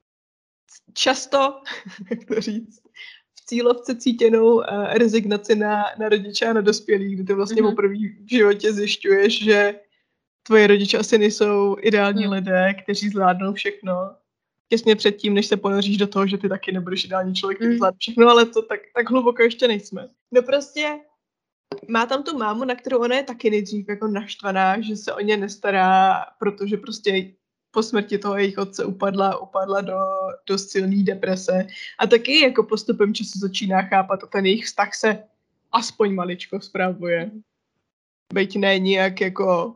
často, jak to říct, v cílovce cítěnou uh, rezignaci na, na rodiče a na dospělí, kdy ty vlastně Mhm. poprvé v životě zjišťuješ, že tvoje rodiče asi nejsou ideální Hmm. lidé, kteří zvládnou všechno. Těsně předtím, než se ponoříš do toho, že ty taky nebudeš ideální člověk, který Mm. zvládne všechno, ale to tak, tak hluboko ještě nejsme. No prostě má tam tu mámu, na kterou ona je taky nejdřív jako naštvaná, že se o ně nestará, protože prostě po smrti toho jejich otce upadla, upadla do dost silný deprese. A taky jako postupem času začíná chápat a ten jejich vztah se aspoň maličko spravuje. Mhm. Byť ne nijak jako,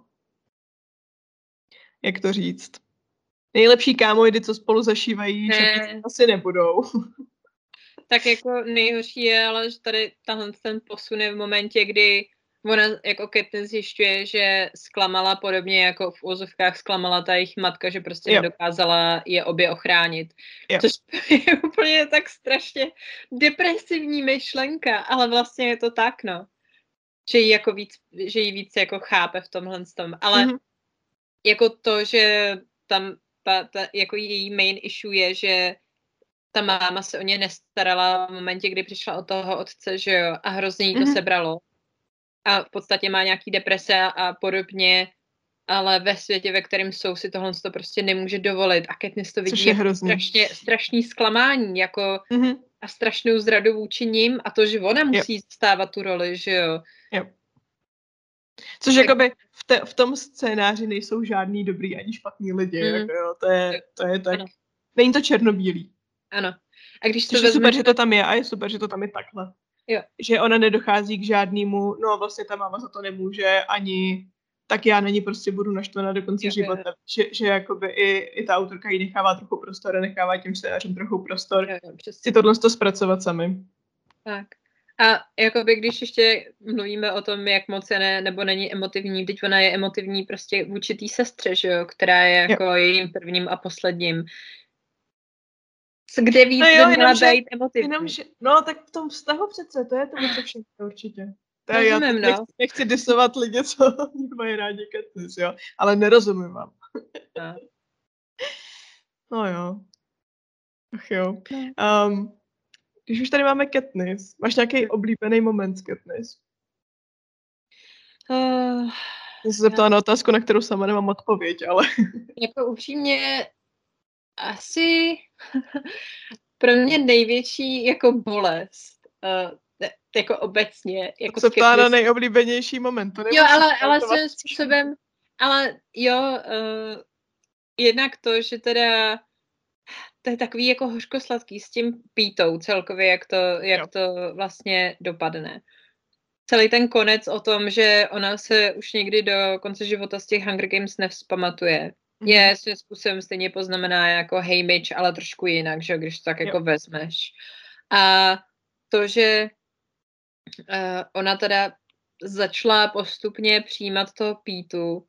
jak to říct, nejlepší kámoidy, co spolu zašívají, Ne. šaty, asi nebudou. Tak jako nejhorší je, ale že tady tahle ten posun je v momentě, kdy ona jako Katniss zjišťuje, že zklamala podobně jako v úzovkách zklamala ta jejich matka, že prostě Jo. nedokázala je obě ochránit. Jo. Což je úplně tak strašně depresivní myšlenka, ale vlastně je to tak, no. Že jí jako víc, že jí víc jako chápe v tomhle tom. Ale Mhm. jako to, že tam ta, ta, jako její main issue je, že ta máma se o ně nestarala v momentě, kdy přišla od toho otce, že jo, a hrozně jí to Mhm. sebralo. A v podstatě má nějaký deprese a podobně, ale ve světě, ve kterém jsou, si tohle to prostě nemůže dovolit. A Katniss to Což vidí je jako hrozný. strašně, strašný zklamání, jako Mhm. a strašnou zradu vůči ním a to, že ona musí zastávat tu roli, že jo. Jo. Což Tak- jakoby v, te, v tom scénáři nejsou žádný dobrý ani špatný lidi, Mm. jako jo, to je, to je tak, Ano. není to černobílý. Ano. A když Což to je super, vezmeš, že to tam je a je super, že to tam je takhle. Jo. Že ona nedochází k žádnému, no vlastně ta máma za to nemůže, ani tak já na ní prostě budu naštvaná do konce Jo, jo, života. jo. Že, že jakoby i, i ta autorka jí nechává trochu prostor a nechává těm scénářům trochu prostor Jo, jo, přesně. si tohle to zpracovat sami. Tak. A jakoby, když ještě mluvíme o tom, jak moc je ne, nebo není emotivní, teď ona je emotivní prostě vůči té sestře, že jo, která je jako jo. jejím prvním a posledním. Co kde víc No by jo, měla jenomže- být emotivní. Jenomže, no tak v tom vztahu přece, to je to, co všechno určitě. To je, já Rozumím, teď no. nechci, nechci disovat lidi, co mají rádi Katniss, jo, ale nerozumím vám. No. No jo. Ach jo. No. Um, když už tady máme Katniss, máš nějaký oblíbený moment z Katniss? Uh, Jsem se zeptala na otázku, na kterou sama nemám odpověď, ale... jako upřímně asi pro mě největší jako bolest, uh, ne, jako obecně. Jako se ptá na Katniss- nejoblíbenější moment. To Jo, nemusíš ale, ale komentovat. svým způsobem, ale jo, uh, jednak to, že teda to je takový jako hořkosladký s tím Pítou celkově, jak to, jak to vlastně dopadne. Celý ten konec o tom, že ona se už někdy do konce života z těch Hunger Games nevzpamatuje, mm-hmm. je svým způsobem stejně poznamená jako Haymitch, ale trošku jinak, že když to tak jako jo. vezmeš. A to, že uh, ona teda začala postupně přijímat toho Pítu,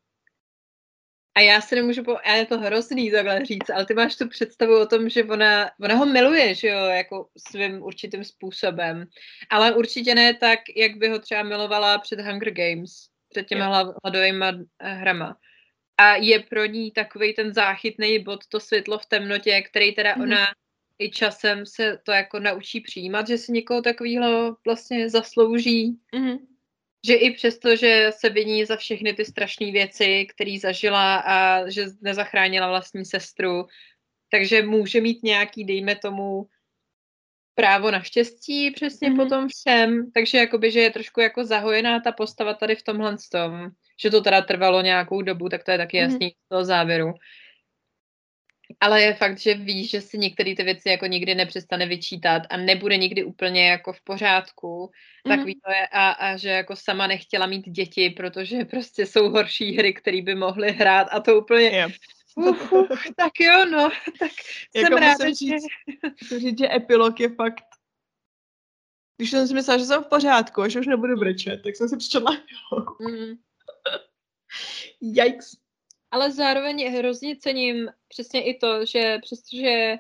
a já se nemůžu, po... a je to hrozný takhle říct, ale ty máš tu představu o tom, že ona, ona ho miluje, že jo, jako svým určitým způsobem, ale určitě ne tak, jak by ho třeba milovala před Hunger Games, před těma hladovýma hrama. A je pro ní takovej ten záchytný bod, to světlo v temnotě, který teda mm-hmm. ona i časem se to jako naučí přijímat, že si někoho takovýho vlastně zaslouží. Mm-hmm. Že i přesto, že se viní za všechny ty strašné věci, které zažila a že nezachránila vlastní sestru, takže může mít nějaký, dejme tomu, právo na štěstí přesně mm-hmm. po tom všem. Takže jakoby, že je trošku jako zahojená ta postava tady v tomhle tom. Že to teda trvalo nějakou dobu, tak to je taky jasný mm-hmm. z toho závěru. Ale je fakt, že víš, že si některé ty věci jako nikdy nepřestane vyčítat a nebude nikdy úplně jako v pořádku. Mm-hmm. Takový to je a, a že jako sama nechtěla mít děti, protože prostě jsou horší hry, které by mohly hrát a to úplně... Yeah. Uf, uf, tak jo, no, tak jako jsem ráda, musím říct, že... říct, že epilog je fakt... Když jsem si myslela, že jsem v pořádku a že už nebudu brečet, tak jsem si přečetla epilog. Mm. Yikes. Ale zároveň hrozně cením přesně i to, že přestože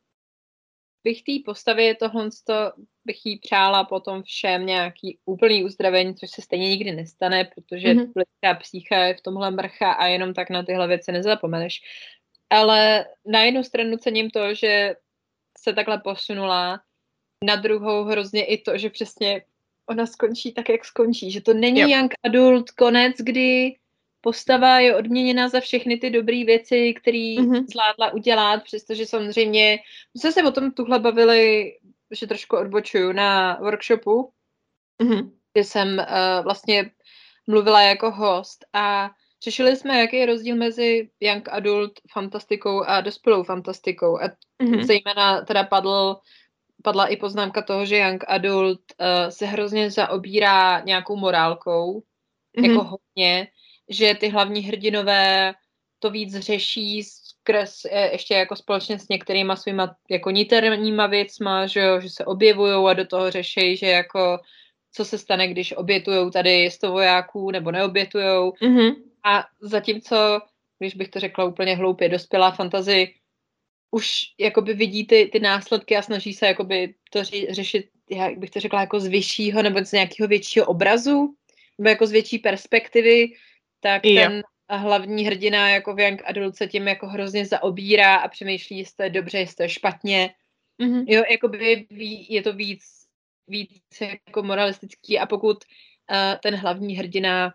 bych té postavě tohle bych jí přála potom všem nějaký úplný uzdravení, což se stejně nikdy nestane, protože mm-hmm. lidská psycha je v tomhle mrcha a jenom tak na tyhle věci nezapomeneš. Ale na jednu stranu cením to, že se takhle posunula, na druhou hrozně i to, že přesně ona skončí tak, jak skončí, že to není yep. young adult konec, kdy postava je odměněna za všechny ty dobré věci, které mm-hmm. zvládla udělat, přestože samozřejmě, my jsme se o tom tuhle bavili, že trošku odbočuju, na workshopu, mm-hmm. kde jsem uh, vlastně mluvila jako host a řešili jsme, jaký je rozdíl mezi young adult fantastikou a dospělou fantastikou. A mm-hmm. zejména teda padl, padla i poznámka toho, že young adult uh, se hrozně zaobírá nějakou morálkou, mm-hmm. jako hodně, že ty hlavní hrdinové to víc řeší skres, ještě jako společně s některýma svýma jako niterníma věcma, že, jo, že se objevujou a do toho řeší, že jako co se stane, když obětujou tady sto vojáků nebo neobětujou. Mm-hmm. A zatímco, když bych to řekla úplně hloupě, dospělá fantasy už jakoby vidí ty, ty následky a snaží se jakoby to ří, řešit, jak bych to řekla, jako z vyššího nebo z nějakého většího obrazu, nebo jako z větší perspektivy, tak yeah. ten hlavní hrdina jako v young adult se tím jako hrozně zaobírá a přemýšlí, jestli to je dobře, jestli to je špatně. Mm-hmm. Jo, jakoby je to víc, víc jako moralistický a pokud uh, ten hlavní hrdina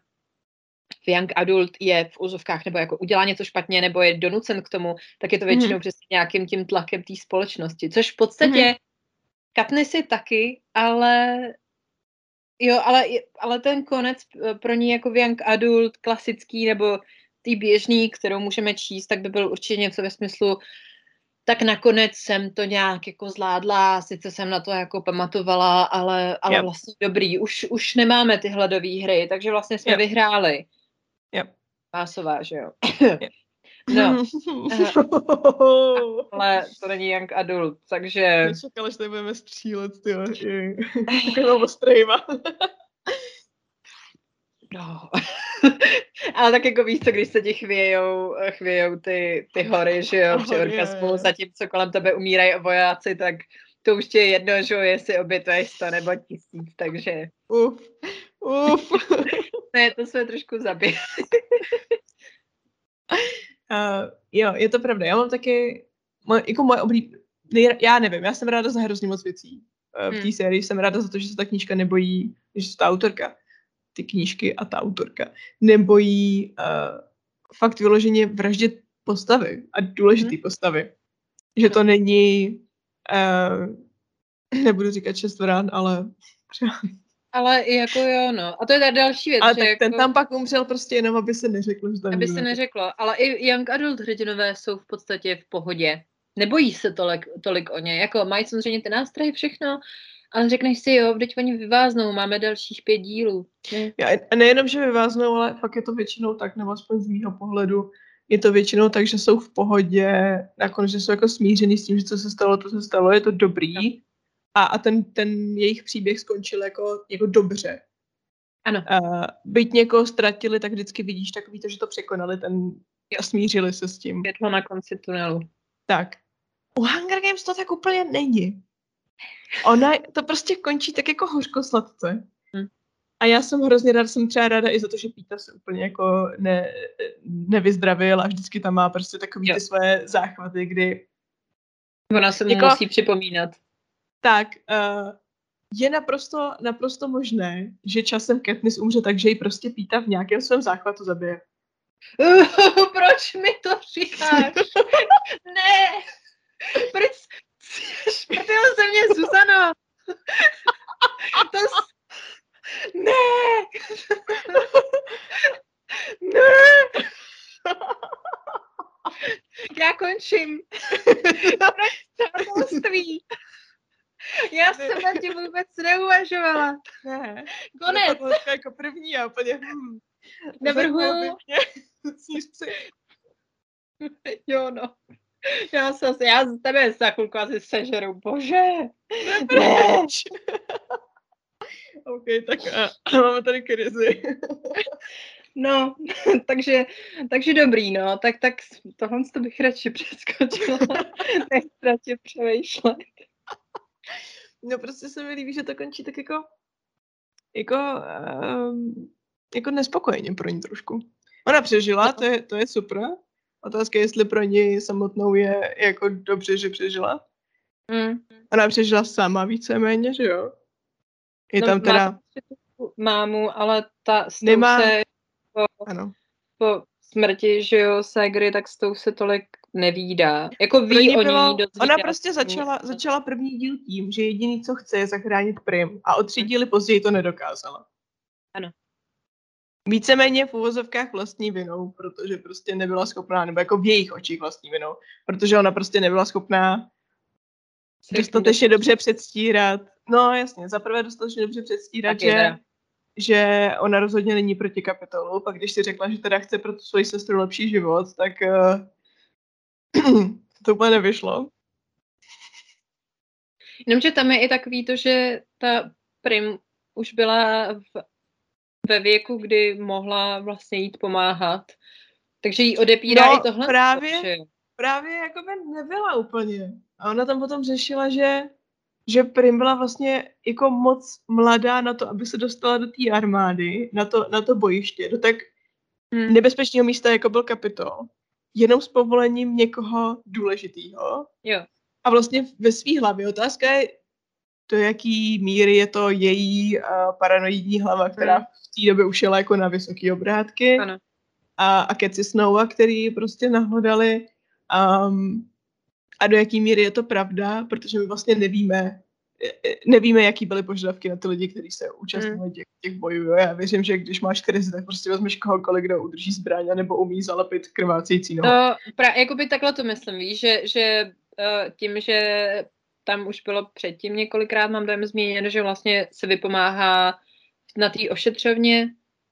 v young adult je v úzovkách nebo jako udělá něco špatně nebo je donucen k tomu, tak je to většinou mm-hmm. přesně nějakým tím tlakem té společnosti, což v podstatě mm-hmm. Katniss je taky, ale jo, ale, ale ten konec pro ní jako v young adult klasický nebo tý běžný, kterou můžeme číst, tak by byl určitě něco ve smyslu tak nakonec jsem to nějak jako zvládla, sice jsem na to jako pamatovala, ale, ale yep. vlastně dobrý, už, už nemáme ty hladové hry, takže vlastně jsme yep. vyhráli. Yep. Pásová, že jo? Yep. No. Ale to není young adult, takže... Nečekala, že tady budeme střílet, tyjo. Takovýma ostrejma. No. Ale tak jako víš co, když se ti chvějou, chvějou ty, ty hory, že jo, při orgasmu, zatímco kolem tebe umírají vojáci, tak to už ti je jedno, že jo, jestli obětuješ sto nebo tisíc, takže... Uf, uf. Ne, to jsme trošku zabili. Uh, jo, je to pravda. Já mám taky, moj, jako moje oblíb... Já nevím, já jsem ráda za hrozně moc věcí. Uh, v té hmm. sérii jsem ráda za to, že se ta knížka nebojí, že se ta autorka, ty knížky a ta autorka, nebojí uh, fakt vyloženě vraždit postavy a důležitý hmm. postavy. Že to není, uh, nebudu říkat šest vrán, ale třeba... Ale jako jo, no. A to je ta další věc. Ale že tak jako... ten tam pak umřel prostě jenom, aby se neřeklo, že tam Aby se neřeklo. Ale i young adult hrdinové jsou v podstatě v pohodě. nebojí se tolik, tolik o ně. Jako mají samozřejmě ty nástroje, všechno, ale řekneš si, jo, vždyť oni vyváznou, máme dalších pět dílů. Ne? Já, a nejenom, že vyváznou, ale fakt je to většinou tak, nebo aspoň z mýho pohledu, je to většinou tak, že jsou v pohodě, nakonec, že jsou jako smířený s tím, že co se stalo, to se stalo, je to dobrý. No. A, a ten, ten jejich příběh skončil jako, jako dobře. Ano. Uh, byť někoho ztratili, tak vždycky vidíš takový to, že to překonali ten, a smířili se s tím. Světlo na konci tunelu. Tak. U Hunger Games to tak úplně není. Ona, to prostě končí tak jako hořkosladce. Hmm. A já jsem hrozně ráda, jsem třeba ráda i za to, že Peeta se úplně jako ne, nevyzdravil a vždycky tam má prostě takový jo. ty své záchvaty, kdy... Ona se mu jako, musí připomínat. Tak, uh, je naprosto, naprosto možné, že časem Katniss umře tak, že ji prostě Peeta v nějakém svém záchvatu zabije. Uh, proč mi to říkáš? Ne! Proč? Šprtila se mě, Zuzano! To s... Ne! Ne! Já končím. Proč to Já jsem na tím vůbec neuvažovala. Ne. Konec. To je jako první a úplně... Hmm. Navrhuju. Jo, no. Já se asi, já z tebe za chvilku asi sežeru. Bože. Ne. OK, tak uh, máme tady krizi. No, takže, takže dobrý, no. Tak, tak tohle to bych radši přeskočila. Nechci radši přemýšlet. No prostě se mi líbí, že to končí tak jako jako, um, jako nespokojeně pro ní trošku. Ona přežila, to je, to je super. Otázka je, jestli pro ní samotnou je jako dobře, že přežila. Mm. Ona přežila sama víceméně, že jo? Je no, tam teda... Má mámu, ale ta s tou Nemá... se po, ano. po smrti, že jo, ségry, tak s tou se tolik nevídá. Jako ví o bylo, ní dozvídá. Ona prostě začala, začala první díl tím, že jediný, co chce, je zachránit Prim. A o tři díly později to nedokázala. Ano. Víceméně v uvozovkách vlastní vinou, protože prostě nebyla schopná, nebo jako v jejich očích vlastní vinou, protože ona prostě nebyla schopná dostatečně dobře předstírat. No jasně, zaprvé dostatečně dobře předstírat, že, že ona rozhodně není proti Kapitolu, pak když si řekla, že teda chce pro tu svoji sestru lepší život, tak uh, to úplně nevyšlo. Jenomže tam je i takový to, že ta Prim už byla v, ve věku, kdy mohla vlastně jít pomáhat, takže jí odepírá no, i tohle. Právě, to, právě jako by nebyla úplně. A ona tam potom řešila, že, že Prim byla vlastně jako moc mladá na to, aby se dostala do té armády, na to, na to bojiště, do tak hmm. nebezpečného místa, jako byl Kapitol, jenom s povolením někoho důležitýho. Jo. A vlastně ve svý hlavě otázka je, do jaký míry je to její uh, paranoidní hlava, která hmm. v té době už jela jako na vysoký obrátky. Ano. A, a Keci Snowa, který prostě nahlodali. Um, a do jaký míry je to pravda, protože my vlastně nevíme, nevíme, jaký byly požadavky na ty lidi, kteří se účastnili hmm. těch, těch bojů. Jo? Já věřím, že když máš krizi, tak prostě vezmeš kohokoliv, kdo udrží zbraň nebo umí zalepit krvácející nohu. To, pra, jakoby takhle to myslím, víš, že, že uh, tím, že tam už bylo předtím několikrát, mám dojem zmíněno, že vlastně se vypomáhá na té ošetřovně,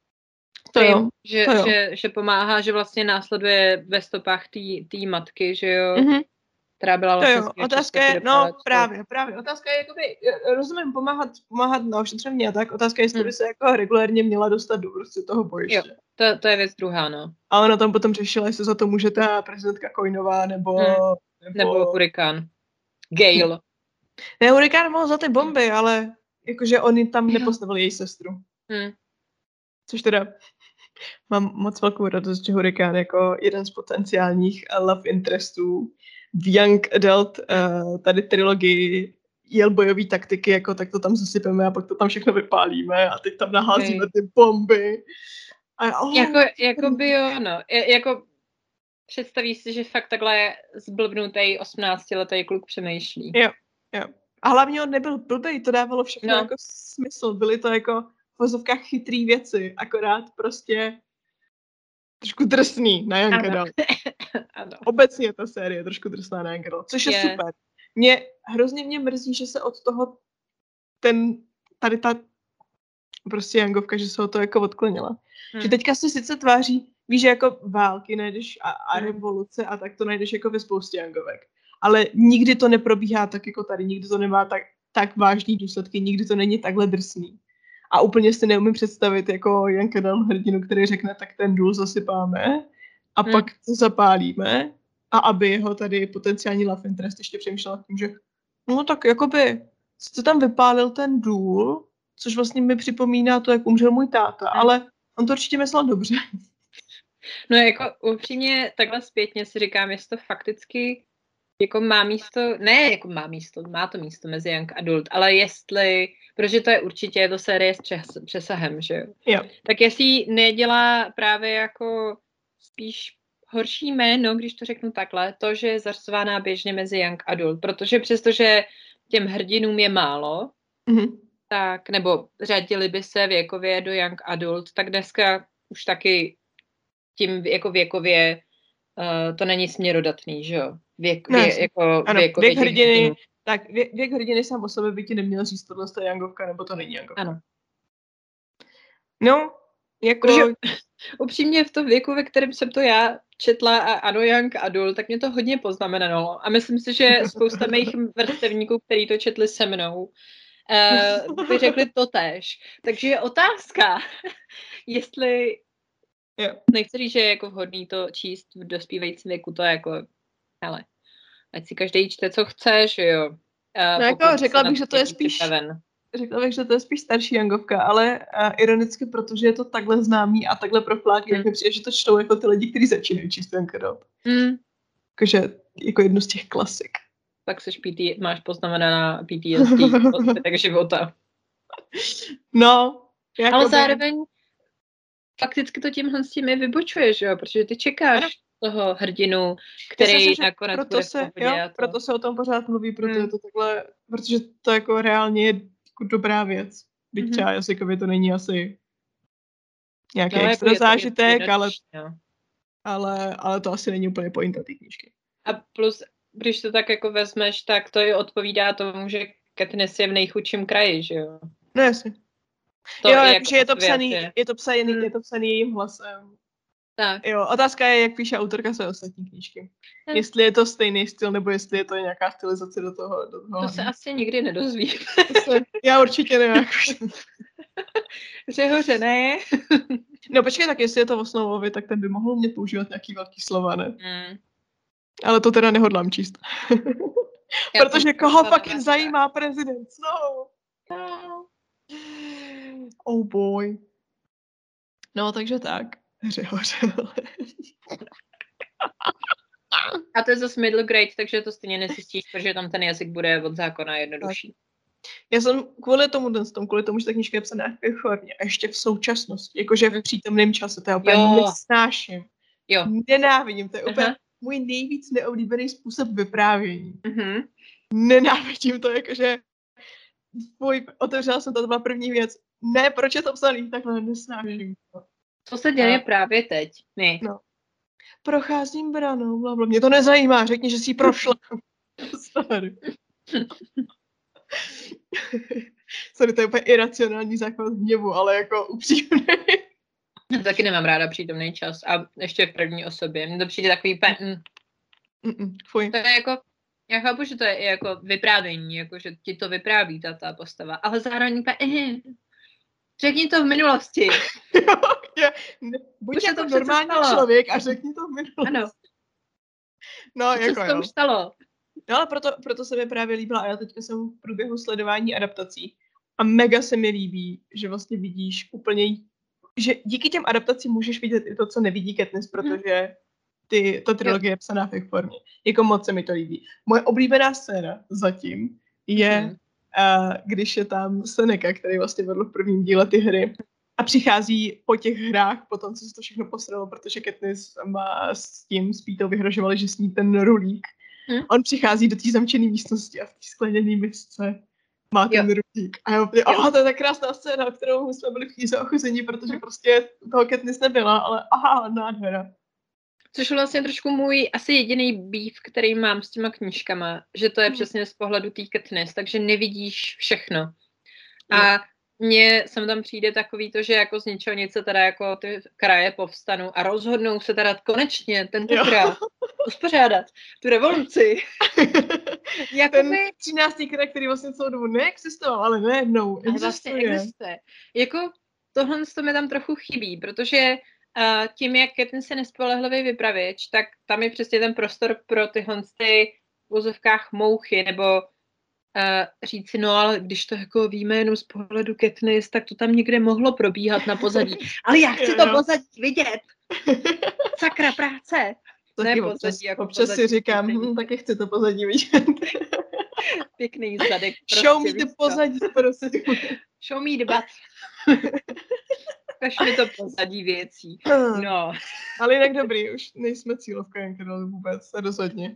to jo, že, to jo. Že, že pomáhá, že vlastně následuje ve stopách té matky, že jo, mm-hmm. která byla vlastně... To jo, otázka je, no právě, právě, otázka je, jakoby, rozumím, pomáhat, pomáhat na ošetřovně a tak, otázka je, jestli hmm. by se jako regulérně měla dostat do prostě toho bojiště. Jo, to, to je věc druhá, no. A ona tam potom řešila, jestli za to může ta prezidentka Coinová, nebo... Hmm. Nebo, nebo Hurikán. Gale. Ne, Hurikán mohl za ty bomby, ale jakože oni tam nepostavili její sestru. Hmm. Což teda mám moc velkou radost, že Hurikán jako jeden z potenciálních love interestů v Young Adult uh, tady trilogii jel bojový taktiky, jako tak to tam zasypeme a pak to tam všechno vypálíme a teď tam naházíme okay. ty bomby. A, oh, jako, jako by jo, no. Je, jako představíš si, že fakt takhle zblbnutý osmnáctiletý kluk přemýšlí. Jo, jo. A hlavně on nebyl blbej, to dávalo všechno no. jako smysl. Byly to jako v vozovkách chytrý věci, akorát prostě trošku drsný na Young Adult. Ano. Obecně ta série je trošku drsná na Young Adult, což je, je super. Mě, hrozně mě mrzí, že se od toho ten, tady ta prostě Youngovka, že se o to jako odklonila. Hmm. Že teďka se sice tváří, víš, že jako války najdeš a, a hmm. revoluce a tak to najdeš jako ve spoustě Youngovek. Ale nikdy to neprobíhá tak jako tady, nikdy to nemá tak, tak vážný důsledky, nikdy to není takhle drsný. A úplně si neumím představit jako Young Adult hrdinu, který řekne, tak ten důl zasypáme a hmm. pak to zapálíme a aby jeho tady potenciální love interest ještě přemýšlela tím, že no tak jakoby se tam vypálil ten důl, což vlastně mi připomíná to, jak umřel můj táta, hmm. ale on to určitě myslel dobře. No jako upřímně takhle zpětně si říkám, jestli to fakticky jako má místo, ne jako má místo, má to místo mezi Young Adult, ale jestli, protože to je určitě, je to série s přes, přesahem, že jo? Jo. Tak jestli nedělá právě jako spíš horší jméno, když to řeknu takhle, to, že je zařazována běžně mezi Young Adult, protože přestože těm hrdinům je málo, mm-hmm. tak, nebo řadili by se věkově do Young Adult, tak dneska už taky tím jako věkově uh, to není směrodatný, že jo? Věk, no, vě, jako ano, věkově věk hrdiny, tak věk, věk hrdiny sám o sobě by ti neměl říct, tohle je Youngovka, nebo to není Youngovka. Ano. No, jako... Protože, upřímně v tom věku, ve kterém jsem to já četla a ano, Young Adult, tak mě to hodně poznamenalo. A myslím si, že spousta mých vrstevníků, kteří to četli se mnou, uh, by řekli to též. Takže je otázka, jestli yeah. nechci říct, že je jako vhodný to číst v dospívajícím věku, to je jako, hele, ať si každý čte, co chce, že jo. Uh, no jako řekla bych, že to je spíš připraven. Řekla bych, že to je spíš starší Youngovka, ale uh, ironicky, protože je to takhle známý a takhle profláky, hmm. jak mi přijde, že to čtou jako ty lidi, kteří začínají číst Young Adult. Hmm. Jakože jako jednu z těch klasik. Tak seš P T, máš poznamenaná P T S D tak života. No. Jakoby... Ale zároveň fakticky to tímhle s tím je vybočuje, že jo? Protože ty čekáš ano. toho hrdinu, který se, nakonec proto bude se, v pohodě. Jo, proto se o tom pořád mluví, proto hmm. je to takhle, protože to jako reálně je jako dobrá věc. Byť mm-hmm. třeba jazykově to není asi nějaký no, extra jako zážitek, ale, ale, ale to asi není úplně pointa té knížky. A plus, když to tak jako vezmeš, tak to i odpovídá tomu, že Katniss je v nejchudším kraji, že jo? No jasně. To jo, je, jako je, to psaný, je to psaný, hmm. je to psaný jejím hlasem. Tak. Jo, otázka je, jak píše autorka své ostatní knížky. Hmm. Jestli je to stejný styl, nebo jestli je to nějaká stylizace do toho. Do toho. To se asi nikdy nedozvím. Já určitě nevím. Řehoře, ne? No počkej, tak jestli je to Osnovovi, tak ten by mohl mě používat nějaký velký slova, ne? Hmm. Ale to teda nehodlám číst. Protože koho fucking zajímá prezident? No. no. Oh boy. No, takže tak. Řehoře. A to je zase middle grade, takže to stejně nezjistíš, protože tam ten jazyk bude od zákona jednodušší. Já jsem kvůli tomu, tom, kvůli tomu, že ta knížka je psaná v formě a ještě v současnosti, jakože v přítomném čase, to je úplně nesnáším. Jo. Nenávidím, to je úplně uh-huh. můj nejvíc neoblíbený způsob vyprávění. Uh-huh. Nenávidím to, jakože Fuj, otevřela jsem to, to byla první věc. Ne, proč je to psaný? Takhle nesnáším. Co se děje a... právě teď? Ne. No. Procházím branou, blablabla. Mě to nezajímá, řekni, že jsi ji prošla. Sorry. Sorry, to je úplně iracionální základ hněvu, ale jako upřímně. Taky nemám ráda přítomný čas a ještě v první osobě. Mně to přijde takový pe... Mm. Fuj. To je jako, já chápu, že to je jako vyprávění, jako že ti to vypráví ta, ta postava, ale zároveň pe... řekni to v minulosti. Jo, je, ne, buď jako normální člověk a řekni to v minulosti. Ano. No, co jako se tomu stalo? No, ale proto, proto se mi právě líbila a já teďka jsem v průběhu sledování adaptací a mega se mi líbí, že vlastně vidíš úplně, že díky těm adaptacím můžeš vidět i to, co nevidí Katniss, protože ty, ta trilogie je psaná v jejich formě. Jako moc se mi to líbí. Moje oblíbená scéna zatím je, mm-hmm. uh, když je tam Seneca, který vlastně vedl v prvním díle ty hry a přichází po těch hrách, po tom, co se to všechno posralo, protože Katniss má s tím Spítou vyhrožovali, že sní ten rulík. Hmm? On přichází do té zamčené místnosti a v té skleněné misce má ten jo. rulík. A já úplně, aha, to je tak krásná scéna, kterou jsme byli v knize ochuzení, protože prostě toho Katniss nebyla, ale aha, nádhera. Což je vlastně trošku můj asi jediný beef, který mám s těma knížkama, že to je Hmm. přesně z pohledu té Katniss, takže nevidíš všechno. A mně sem tam přijde takový to, že jako z ničeho nic se teda jako ty kraje povstanou a rozhodnou se teda konečně tentokrát uspořádat tu revoluci. Jakoby... Ten třináctý kraj, který vlastně celou dobu neexistoval, ale nejednou existuje. Ale vlastně existuje. Jako tohle to mi tam trochu chybí, protože uh, tím, jak Katniss je nespolehlivý vypravěč, tak tam je přesně ten prostor pro tyhle ty v úzovkách mouchy, nebo uh, říci, no ale když to jako víme jenom z pohledu Katniss, tak to tam někde mohlo probíhat na pozadí. Ale já chci to pozadí vidět. Sakra práce. Taky ne občas, pozadí, jako občas pozadí, si říkám, hm, taky chci to pozadí vidět. Pěkný zadek. Prostě, Show me the pozadí, prosím. Show me the butt. Kaž mi to pozadí věcí. No. Ale jinak dobrý, už nejsme cílovka Jankedalu vůbec, a rozhodně.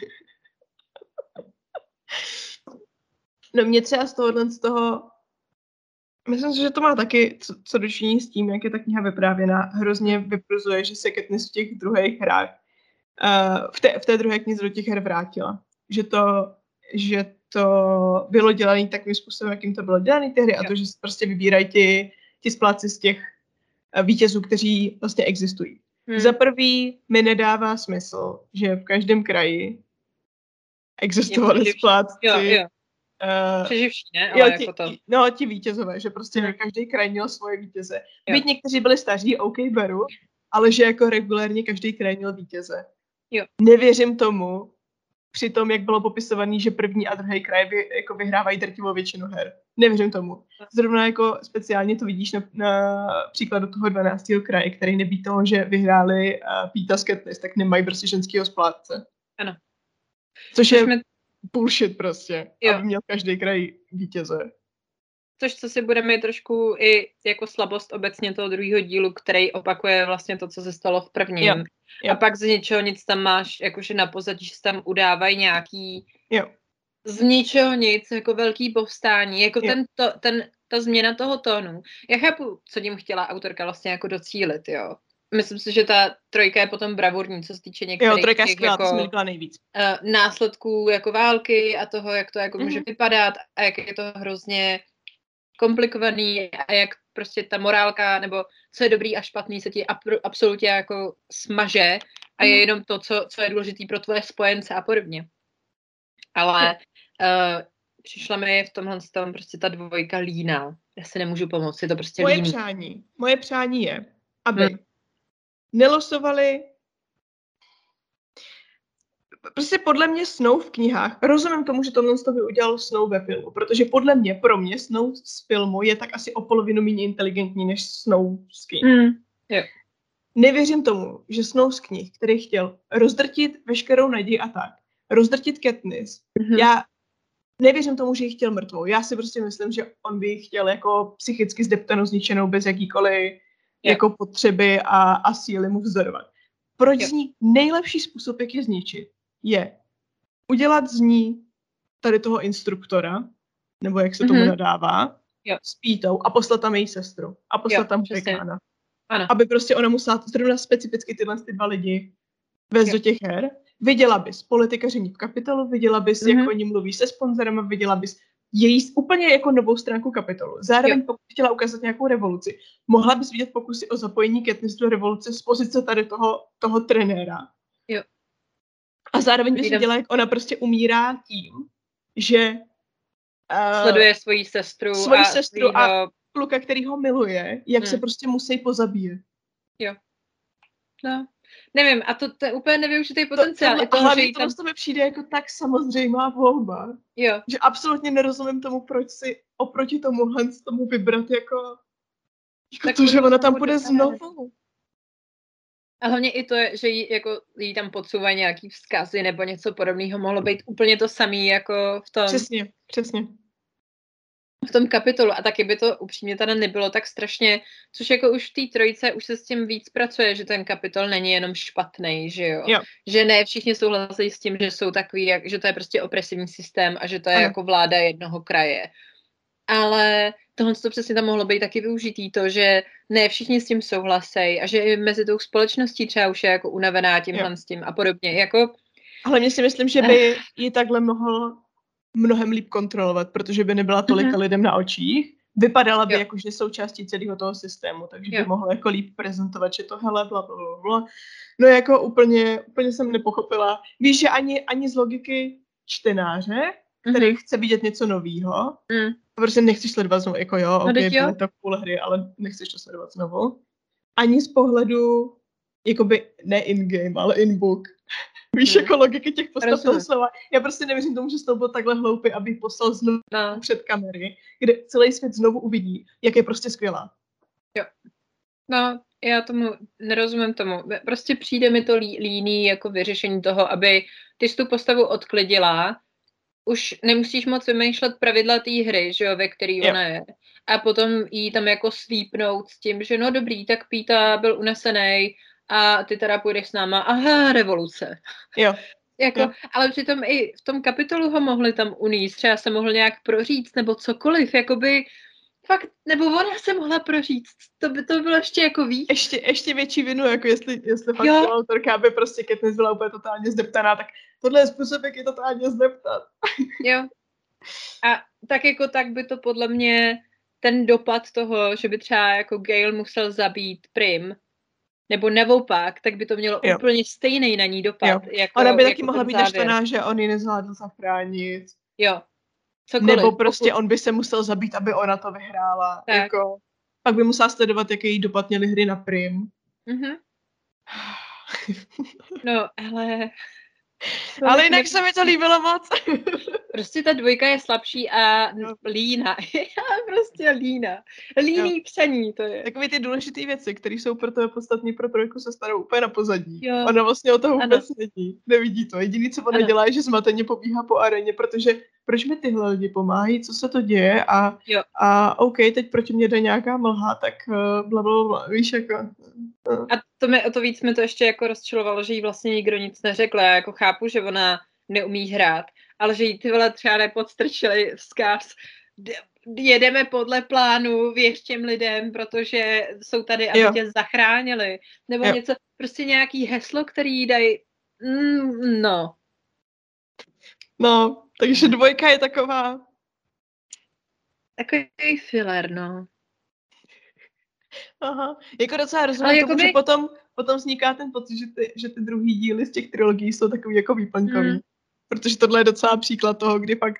No mě třeba z tohohle z toho, myslím si, že to má taky co, co dočinění s tím, jak je ta kniha vyprávěná. Hrozně vypruzuje, že se Katniss v těch druhých hrách, uh, v, té, v té druhé knize do těch her vrátila. Že to, že to bylo dělané takovým způsobem, jakým to bylo dělané ty hry, a to, že se prostě vybírají ti, ti spláci z těch uh, vítězů, kteří vlastně existují. Hmm. Za prvý mi nedává smysl, že v každém kraji existovali splátci. Jo, jo. Uh, Přeživší, ne? Ale jo, ti, jako to. No, ti vítězové, že prostě hmm. každý kraj měl svoje vítěze. Jo. Byť někteří byli staří, OK, beru, ale že jako regulérně každý kraj měl vítěze. Jo. Nevěřím tomu, při tom, jak bylo popisovaný, že první a druhý kraj vy, jako vyhrávají drtivou většinu her. Nevěřím tomu. Zrovna jako speciálně to vidíš na, na příkladu toho dvanáctého kraje, který nebýt toho, že vyhráli uh, Píta s Katniss, tak nemají prostě ženskýho splátce. Ano. Což je jsme... bullshit prostě, jo. Aby měl každý kraj vítěze. Což co si budeme trošku i jako slabost obecně toho druhého dílu, který opakuje vlastně to, co se stalo v prvním. Jo. Jo. A pak z ničeho nic tam máš, jakože na pozadí, že se tam udávají nějaký jo. z ničeho nic, jako velký povstání, jako ten, to, ten, ta změna toho tónu. Já chápu, co tím chtěla autorka vlastně jako docílit, jo. Myslím si, že ta trojka je potom bravurní, co se týče některých jo, trojka těch skvělá, jako, to nejvíc. Uh, následků jako války a toho, jak to jako mm-hmm. může vypadat a jak je to hrozně komplikovaný a jak prostě ta morálka, nebo co je dobrý a špatný, se ti ap- absolutně jako smaže a je jenom to, co, co je důležitý pro tvoje spojence a podobně. Ale uh, přišla mi v tomhle tom prostě ta dvojka líná. Já si nemůžu pomoct, je to prostě moje líný. Přání, moje přání je, aby hmm. nelosovali prostě podle mě Snow v knihách. Rozumím tomu, že tohle z toho udělal Snow ve filmu, protože podle mě, pro mě Snow z filmu je tak asi o polovinu méně inteligentní než Snow z knih. Mm, jo. Nevěřím tomu, že Snow z knih, který chtěl rozdrtit veškerou naději a tak, rozdrtit Katniss, mm-hmm. já nevěřím tomu, že ji chtěl mrtvou. Já si prostě myslím, že on by ji chtěl jako psychicky zdeptanou, zničenou, bez jakýkoliv jako potřeby a, a síly mu vzdorovat. Proč z ní nejlepší způsob, jak je zničit, je udělat z ní tady toho instruktora, nebo jak se tomu mm-hmm. nadává, jo. s Pítou a poslat tam její sestru. A poslat jo, tam Pekána. Ano. Aby prostě ona musela zrovna specificky tyhle ty dva lidi vést do těch her. Viděla bys politikaření v Kapitolu, viděla bys, mm-hmm. jak oni mluví se sponzorem, viděla bys její úplně jako novou stránku Kapitolu. Zároveň jo. pokud chtěla ukázat nějakou revoluci, mohla bys vidět pokusy o zapojení Katniss do revoluce z pozice tady toho, toho trenéra. Jo. A zároveň bys viděla, jak ona prostě umírá tím, že uh, sleduje svoji sestru, svoji a, sestru svýho... a kluka, který ho miluje, jak hmm. se prostě musí pozabíjet. Jo. No. Nevím, a to, to je úplně nevyužitý potenciál. To, to, to, hlavně tam... to mi přijde jako tak samozřejmá volba, jo. že absolutně nerozumím tomu, proč si oproti tomuhle tomu vybrat jako, jako to, že ona tam bude znovu. A hlavně i to, že jí, jako, jí tam podsouvají nějaký vzkazy nebo něco podobného, mohlo být úplně to samé jako v tom. Přesně, přesně. V tom Kapitolu. A taky by to upřímně teda nebylo tak strašně, což jako už v té trojice už se s tím víc pracuje, že ten Kapitol není jenom špatný, že jo? jo. Že ne všichni souhlasí s tím, že jsou takový, jak, že to je prostě opresivní systém a že to je ano. jako vláda jednoho kraje. Ale tohle to přesně tam mohlo být taky využitý, to, že ne všichni s tím souhlasejí a že i mezi tou společností třeba už je jako unavená tímhle s tím a podobně. Jako... Ale mě si myslím, že by ji takhle mohl mnohem líp kontrolovat, protože by nebyla tolika mm-hmm. lidem na očích. Vypadala by jo. jako, že součástí celého toho systému, takže jo. by mohl jako líp prezentovat, že to hele, bla, bla, bla, bla. No jako úplně, úplně jsem nepochopila. Víš, že ani, ani z logiky čtenáře, který mm-hmm. chce vidět něco novýho, mm. prostě nechceš sledovat znovu, jako jo, no, ok, jo. byly to půl hry, ale nechceš to sledovat znovu. Ani z pohledu, jakoby ne in-game, ale in-book. Víš, hmm. jako logiky těch postav toho slova. Já prostě nevěřím tomu, že to byl takhle hloupý, aby poslal znovu no. před kamery, kde celý svět znovu uvidí, jak je prostě skvělá. Jo. No, já tomu nerozumím tomu. Prostě přijde mi to lí, líný jako vyřešení toho, aby ty jsi tu postavu odklidila, už nemusíš moc vymýšlet pravidla té hry, že jo, ve který jo. ona je. A potom jí tam jako svípnout s tím, že no dobrý, tak Píta byl unesený, a ty teda půjdeš s náma, aha, revoluce. Jo. jako, jo. Ale přitom i v tom kapitolu ho mohli tam uníst, třeba se mohl nějak proříct, nebo cokoliv, jakoby fakt, nebo ona se mohla proříct, to by to bylo ještě jako víc. Ještě, ještě větší vinu, jako jestli, jestli fakt ta autorka by prostě Katniss byla úplně totálně zdeptaná, tak tohle je způsob, jak je totálně zdeptat. jo. A tak jako tak by to podle mě ten dopad toho, že by třeba jako Gale musel zabít Prim, nebo naopak, tak by to mělo jo. úplně stejný na ní dopad. Jako, ona by taky jako mohla být naštvaná, že on ji nezvládl zachránit. Jo. Cokoliv, nebo prostě pokud... on by se musel zabít, aby ona to vyhrála. Tak. Jako, pak by musela sledovat, jaký dopad měly hry na Prim. Mhm. no, ale... Ale jinak se mi to líbilo moc. Prostě ta dvojka je slabší a no. lína. prostě lína. Líný jo. psaní to je. Takové ty důležité věci, které jsou pro to podstatní pro trojku, se stanou úplně na pozadí. Jo. Ona vlastně o toho vůbec není. Nevidí to. Jediný, co ona ano. dělá, je, že zmateně pobíhá po aréně, protože proč mi tyhle lidi pomáhají, co se to děje a, a OK, teď proti mě jde nějaká mlha, tak uh, bla, bla, bla, víš, jako... Uh. A to mi o to víc mi to ještě jako rozčilovalo, že jí vlastně nikdo nic neřekl. Já jako chápu, že ona neumí hrát, ale že jí ty vole třeba nepodstrčili vzkaz, jedeme podle plánu, věř těm lidem, protože jsou tady, aby jo. tě zachránili. Nebo jo. něco, prostě nějaký heslo, který dají, mm, no. No, takže dvojka je taková... Takový filler, no. Aha, jako docela rozumím tomu, by... že potom, potom vzniká ten pocit, že ty, že ty druhý díly z těch trilogií jsou takový jako výplňkový. Hmm. Protože tohle je docela příklad toho, kdy fakt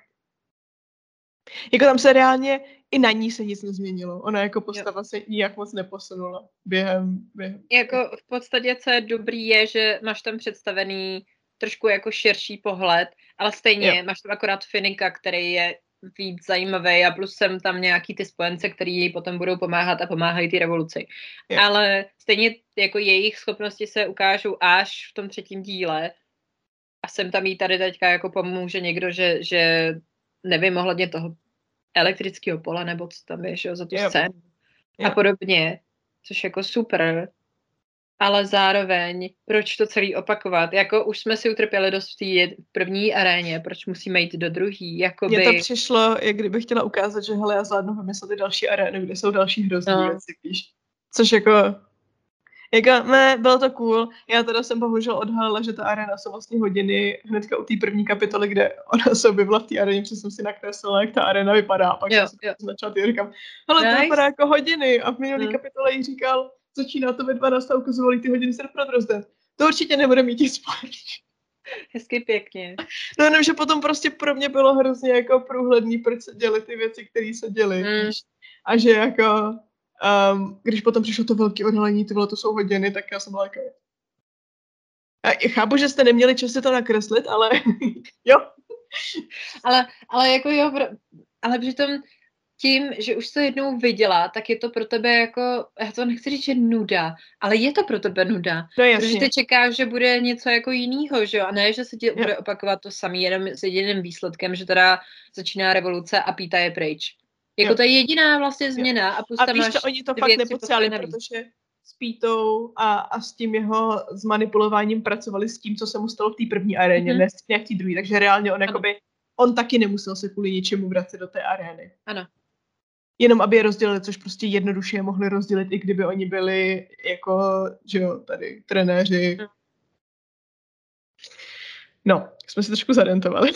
jako tam se reálně i na ní se nic nezměnilo. Ona jako postava jo. se nijak moc neposunula během, během. Jako v podstatě, co je dobrý, je, že máš tam představený trošku jako širší pohled, ale stejně jo. máš tam akorát Finnika, který je víc zajímavý a plus jsem tam nějaký ty spojence, který jí potom budou pomáhat a pomáhají ty revoluci. Jo. Ale stejně jako jejich schopnosti se ukážou až v tom třetím díle a sem tam jí tady teďka jako pomůže někdo, že, že nevím, ohledně toho elektrického pole, nebo co tam je, že, za tu yep. scénu yep. a podobně, což jako super, ale zároveň, proč to celý opakovat? Jako už jsme si utrpěli dost v té první aréně, proč musíme jít do druhý? Jakoby... Mně to přišlo, jak kdybych chtěla ukázat, že hele, já zvládnu vymyslet ty další arény, kde jsou další hrozný no. věci, víš. Což jako... Jako, ne, bylo to cool. Já teda jsem bohužel odhalila, že ta arena jsou vlastně hodiny hnedka u té první kapitoly, kde ona se objevila v té areně, protože jsem si nakreslila, jak ta arena vypadá. A pak jo, jsem jo. začala ty říkám, hele, nice. To vypadá jako hodiny. A v minulý hmm. kapitole jí říkal, začíná to ve dvanáct a ukazovali ty hodiny se pro rozden. To určitě nebude mít nic společného. Hezky pěkně. No jenom, že potom prostě pro mě bylo hrozně jako průhledný, proč se děly ty věci, které se děly. Hmm. A že jako... Um, když potom přišlo to velké odhalení, ty vole, to jsou hodiny, tak já jsem byla jako... Já chápu, že jste neměli čas si to nakreslit, ale jo. ale, ale jako jo, ale přitom tím, že už to jednou viděla, tak je to pro tebe jako, já to nechci říct, že nuda, ale je to pro tebe nuda. No jasně. Protože ty čekáš, že bude něco jako jinýho, že jo, a ne, že se ti jo. bude opakovat to samý, jenom s jediným výsledkem, že teda začíná revoluce a Píta je pryč. Jako jo. to je jediná vlastně změna. Jo. A, a víš, to oni to fakt nepotřebovali, protože s Pítou a, a s tím jeho zmanipulováním pracovali s tím, co se mu stalo v té první aréně, mm-hmm. ne v nějaký druhý. Takže reálně on, jakoby, on taky nemusel se kvůli ničemu vracet do té arény. Ano. jenom aby je rozdělili, což prostě jednoduše je mohli rozdělit, i kdyby oni byli jako, že jo, tady trenéři. No, jsme si trošku zadentovali.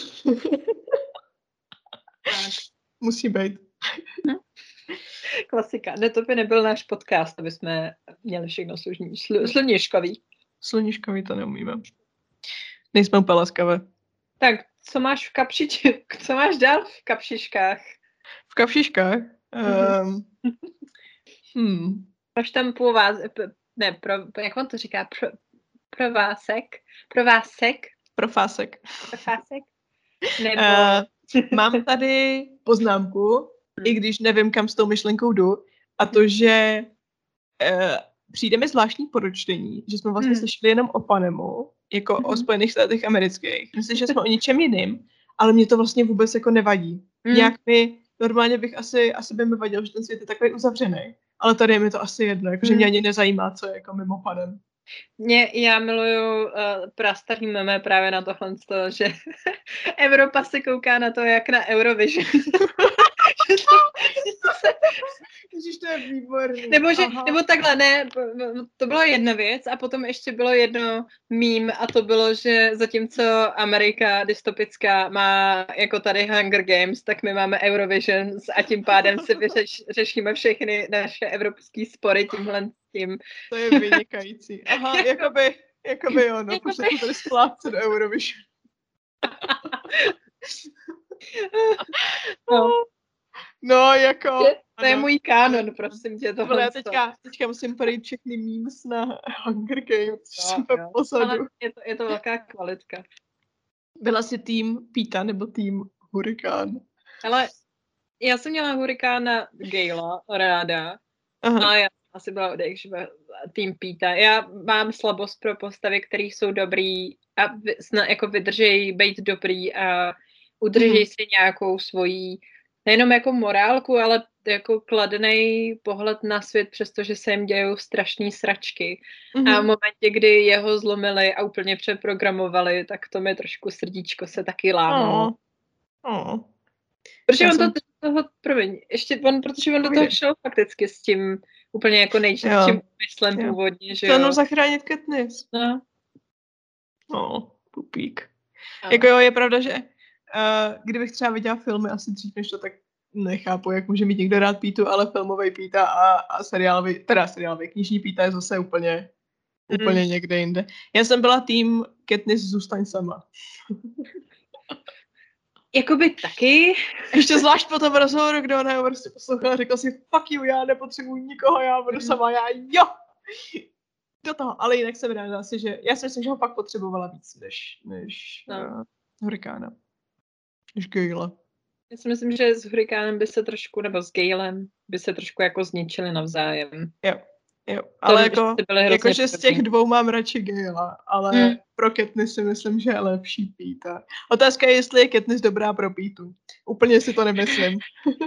Musí být. Klasika. Ne, to by nebyl náš podcast, aby jsme měli všechno služní, slu, sluníčkový. Sluníčkový to neumíme. Nejsme úplně laskavé. Tak, co máš v kapšiči, co máš dál v kapšičkách? V kapšičkách? Um, hmm. Máš tam půlvás, ne, pro, jak on to říká, pro, provásek? Provásek? Profásek. Profásek? Nebo... Uh, mám tady poznámku, i když nevím, kam s tou myšlenkou jdu, a to, že uh, přijde mi zvláštní poročtení, že jsme vlastně hmm. slyšeli jenom o Panemu, jako hmm. o Spojených státech amerických. Myslím, že jsme o ničem jiným, ale mě to vlastně vůbec jako nevadí. Hmm. Nějak mi, normálně bych asi, asi by mi vadil, že ten svět je takový uzavřený, ale tady je mi to asi jedno, jakože hmm. mě ani nezajímá, co je jako mimo Panem. Mě, já miluju uh, prastarý meme právě na tohle, že Evropa se kouká na to, jak na Eurovision. Ježiš, to je výborný. Nebo, že, nebo takhle, ne, to byla jedna věc a potom ještě bylo jedno meme a to bylo, že zatímco Amerika dystopická má jako tady Hunger Games, tak my máme Eurovision a tím pádem si vyřeš, řešíme všechny naše evropské spory tímhle tím. To je vynikající. Aha, jakoby, jakoby jo, no, jakoby... to tady splácet do Eurovision. No. No, jako... Je, to je můj kánon, prosím tě. Ale já teďka, teďka musím projít všechny memes na Hunger Games, jo, jsme jo. pozadu. Ale je to, je to velká kvalitka. Byla jsi tým Píta nebo tým Hurikán? Ale já jsem měla Hurikána Gala ráda. Aha. A já asi byla odejš, tým Píta. Já mám slabost pro postavy, které jsou dobrý a vy, jako vydržejí být dobrý a udržejí mm-hmm. si nějakou svojí nejenom jako morálku, ale jako kladený pohled na svět, přestože se jim dějou strašný sračky. Mm-hmm. A v momentě, kdy jeho zlomili a úplně přeprogramovali, tak to mi trošku srdíčko se taky lámalo. Oh. Oh. Protože Já on jsem... to toho, promiň, ještě on, protože on do toho šel fakticky s tím úplně jako nejčistším úmyslem původně, že jo. Chtěl zachránit Katniss. No. Oh, pupík. No. Jako jo, je pravda, že Uh, kdybych třeba viděla filmy asi dřív než to, tak nechápu, jak může mít někdo rád Pítu, ale filmový Píta a, a seriálový, teda seriálový, knižní Píta je zase úplně, mm. úplně někde jinde. Já jsem byla tým Katniss zůstaň sama. Jakoby taky. Ještě zvlášť po tom rozhovoru, kde ona ho prostě poslouchala, řekla si fuck you, já nepotřebuji nikoho, já budu mm. sama, já jo! Do toho, ale jinak jsem ráda asi, že já si myslím, že ho fakt potřebovala víc než, než no. uh, Hurikána. Než Gala. Já si myslím, že s Hurikánem by se trošku, nebo s Galem by se trošku jako zničili navzájem. Jo, jo. Ale jako, jako že z těch dvou mám radši Gala, ale hmm. pro Katniss si myslím, že je lepší Píta. Otázka je, jestli je Katniss dobrá pro Pítu. Úplně si to nemyslím.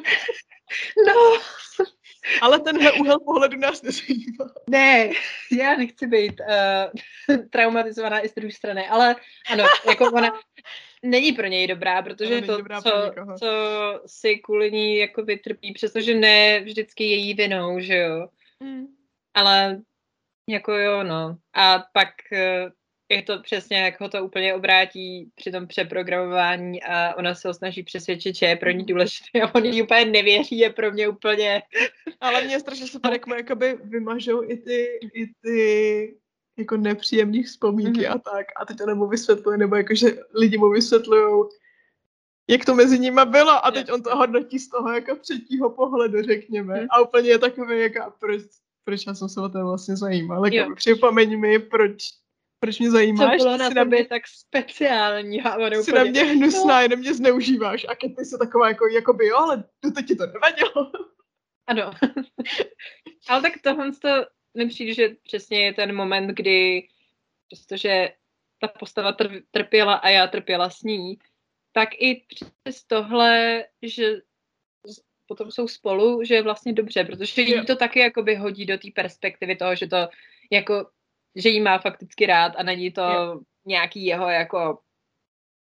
No. Ale tenhle úhel pohledu nás nezajímá. Ne, já nechci být uh, traumatizovaná i z druhé strany, ale ano, jako ona není pro něj dobrá, protože to, co, co si kvůli ní jako vytrpí, přestože ne vždycky její vinou, že jo. Mm. Ale jako jo, no. A pak uh, je to přesně, jak ho to úplně obrátí při tom přeprogramování a ona se ho snaží přesvědčit, že je pro ní důležité a on jí úplně nevěří, je pro mě úplně... Ale mě strašně super, jak mu jakoby vymažou i ty, i ty jako nepříjemný vzpomínky mm-hmm. a tak. A teď ona mu vysvětluje, nebo jakože lidi mu vysvětlujou, jak to mezi nima bylo a teď on to hodnotí z toho jako třetího pohledu, řekněme. Mm. A úplně je takový, jako proč, proč já jsem se o to vlastně zajímal. Jako, připomeň mi, proč proč mě zajímáš? Co bylo na tobě mě... tak speciální? A jsi úplně... na mě hnusná, no. Jenom mě zneužíváš. A keď ty se taková jako, jako by jo, ale to ti to nevadilo. Ano. Ale tak tohle to mi přijde, že přesně je ten moment, kdy přestože ta postava trpěla a já trpěla s ní, tak i přes tohle, že potom jsou spolu, že je vlastně dobře, protože jí to taky jakoby hodí do té perspektivy toho, že to jako že jí má fakticky rád a není to jo. nějaký jeho jako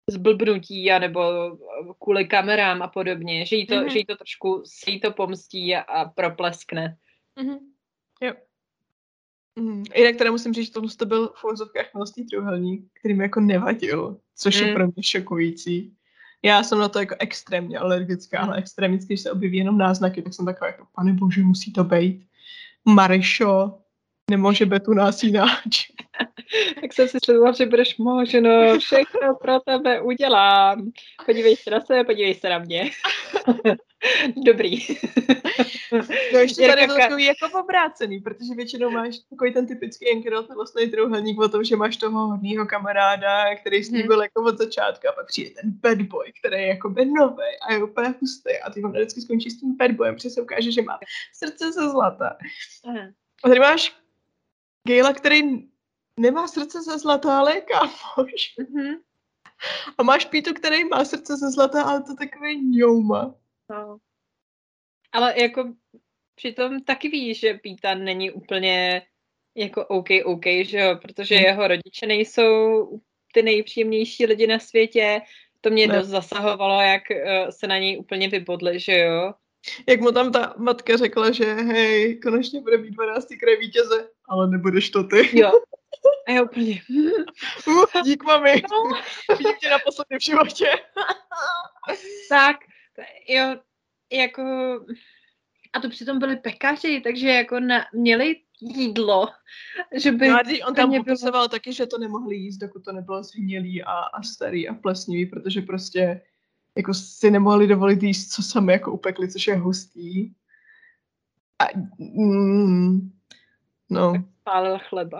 zblbnutí, anebo kvůli kamerám a podobně, že jí to, Mhm. že jí to trošku se jí to pomstí a, a propleskne. Mhm. Jo. Mhm. Jinak teda musím říct, že tohle to byl v uvozovkách milostný trojúhelník, který mi jako nevadil, což je Mm. pro mě šokující. Já jsem na to jako extrémně alergická, Mm. ale extrémně, když se objeví jenom náznaky, tak jsem taková jako, pane bože, musí to být. Marišo, nemůže být u nás jináč. Tak jsem si sledovala, že budeš možno, všechno pro tebe udělám. Podívej se na sebe, podívej se na mě. Dobrý. No ještě Jirka tady je to Ka- takový jako obrácený, protože většinou máš takový ten typický enkelotnostný trojúhelník o tom, že máš toho hodnýho kamaráda, který s ní Mhm. byl jako od začátka, a pak přijde ten bad boy, který je jako novej a je úplně hustý a ty ona vždycky skončí s tím bad boyem, protože se ukáže, že má srdce ze zlata. Aha. A tady máš Gayla, který nemá srdce ze zlata, ale je kámoš. Mhm. A máš Pítu, který má srdce ze zlata, ale to takový ňouma. No. Ale jako přitom taky víš, že Píta není úplně jako OK, OK, že jo, protože Hmm. jeho rodiče nejsou ty nejpříjemnější lidi na světě. To mě Ne. dost zasahovalo, jak uh, se na něj úplně vybodli, že jo. Jak mu tam ta matka řekla, že hej, konečně bude mít dvanáctý kraj vítěze, ale nebudeš to ty. Jo. A já úplně... Uh, dík, mami. No. Vidím tě naposledy v životě. Tak, jo, jako... A to přitom byli pekaři, takže jako na, měli jídlo, že by... No a on tam bylo... popisoval taky, že to nemohli jíst, dokud to nebylo zhnělý a, a starý a plesnivý, protože prostě jako si nemohli dovolit jíst, co sami jako upekli, což je hustý. A, mm, no. Pálil chleba.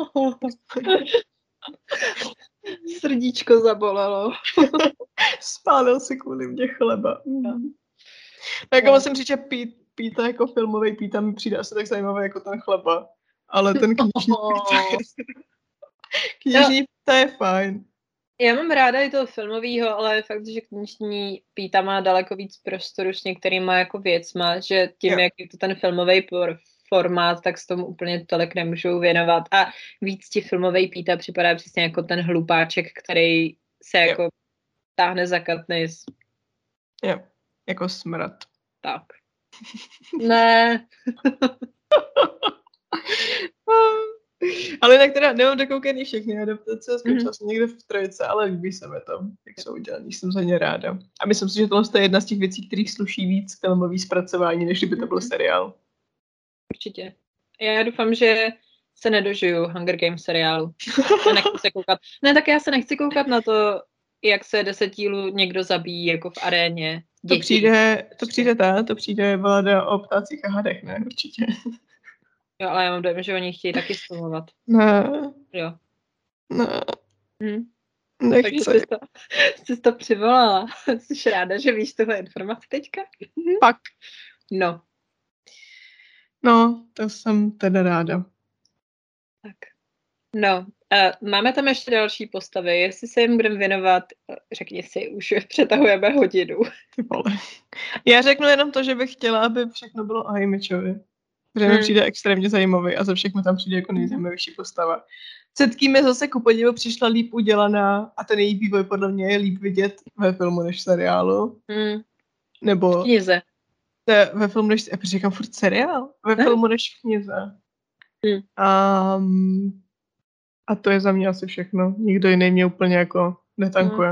Srdíčko zabolelo. Spálil si kvůli mě chleba. No. Tak No. musím říct, že Pít, Píta jako filmový Píta mi přijde asi tak zajímavý jako ten chleba. Ale ten knižní Píta je, knižní Píta je fajn. Já mám ráda i toho filmovýho, ale fakt, že knižní Píta má daleko víc prostoru s některýma jako věcma, že tím, Jo. jak je to ten filmový formát, tak s tomu úplně tolik nemůžou věnovat. A víc ti filmový Píta připadá přesně jako ten hlupáček, který se jako jo. táhne za Katniss. Jo, jako smrad. Tak. Ne. Ale jinak teda nemám dokoukaný všechny adaptace, skončila Mm-hmm. jsem někde v trojce, ale líbí se mi to, jak jsou udělaný, jsem za ně ráda. A myslím si, že tohle je jedna z těch věcí, kterých sluší víc filmový zpracování, než kdyby to byl seriál. Určitě. Já doufám, že se nedožiju Hunger Games seriálu. A nechci se koukat. Ne, tak já se nechci koukat na to, jak se deset dílů někdo zabíjí jako v aréně. To přijde, to přijde ta, to přijde vláda o ptácích a hadech, ne? Určitě. Jo, ale já mám dojem, že oni chtějí taky spolovat. Ne. Jo. Ne. Hm. Nechci. Takže jsi to, jsi to přivolala. Jsi ráda, že víš tohle informace teďka? Pak. No. No, to jsem teda ráda. Tak. No, uh, máme tam ještě další postavy. Jestli se jim budeme věnovat, řekni si, už přetahujeme hodinu. Ty vole. Já řeknu jenom to, že bych chtěla, aby všechno bylo o Haymitchovi. Protože mi Hmm. přijde extrémně zajímavý a ze všech mi tam přijde jako nejzajímavější postava. Setky mi zase ku podivu přišla líp udělaná a ten její vývoj podle mě je líp vidět ve filmu než v seriálu. Hmm. Nebo V knize. Ne, ve filmu než, já říkám furt seriál, ve ne? filmu než v knize. Hmm. Um, a to je za mě asi všechno. Nikdo jiný mě úplně jako netankuje. Hmm.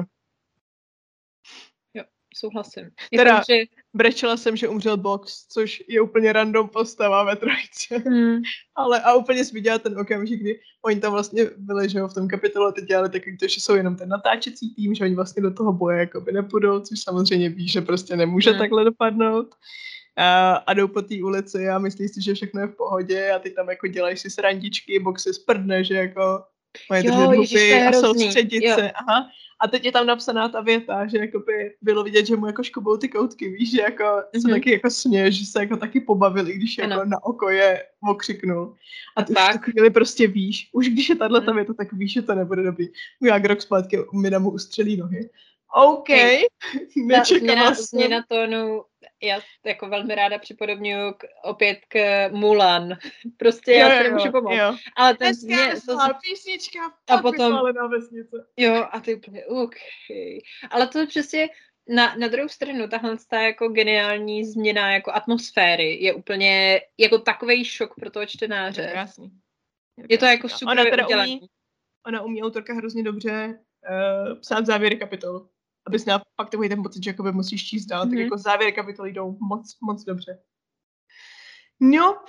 Jo, souhlasím. Teda Jako, že... brečela jsem, že umřel Box, což je úplně random postava ve trojce. Hmm. Ale a úplně jsi viděla ten okamžik, kdy oni tam vlastně byli, že jo, v tom kapitolu a teď dělali takový to, že jsou jenom ten natáčecí tým, že oni vlastně do toho boje jakoby nepůjdou, což samozřejmě ví, že prostě nemůže hmm. takhle dopadnout. A, a jdou po té ulici a myslí si, že všechno je v pohodě a ty tam jako dělají si srandičky, Box se sprdne, že jako mají držet huby a soustředit se. Aha. A teď je tam napsaná ta věta, že jako by bylo vidět, že mu jako škubou ty koutky, víš, že jako mm-hmm. se taky jako směje, že se jako taky pobavili, když ano. jako na oko je okřiknul. A ty v tu chvíli prostě víš, už když je tahle ta věta, tak víš, že to nebude dobrý. Jak rok zpátky Mina mu ustřelí nohy. OK, hey, nečekala změna, jsem. Změna tónu, já jako velmi ráda připodobňuji k, opět k Mulan. Prostě Jo, já jo, se nemůžu jo, pomoct. jo. Ale ten Hezká mě, to, veselá písnička, a pak potom, vypálená vesnice. jo, a ty úplně, okay. Ale to je přesně, na, na druhou stranu, tahle ta jako geniální změna jako atmosféry je úplně jako takovej šok pro toho čtenáře. Je krásný. Je, je to krásný. jako super ona teda udělaný. umí, ona umí autorka hrozně dobře uh, psát závěry kapitol. Abys měla fakt takový ten pocit, že jakoby musíš číst dál, mm-hmm. tak jako závěry kapitol jdou moc, moc dobře. No.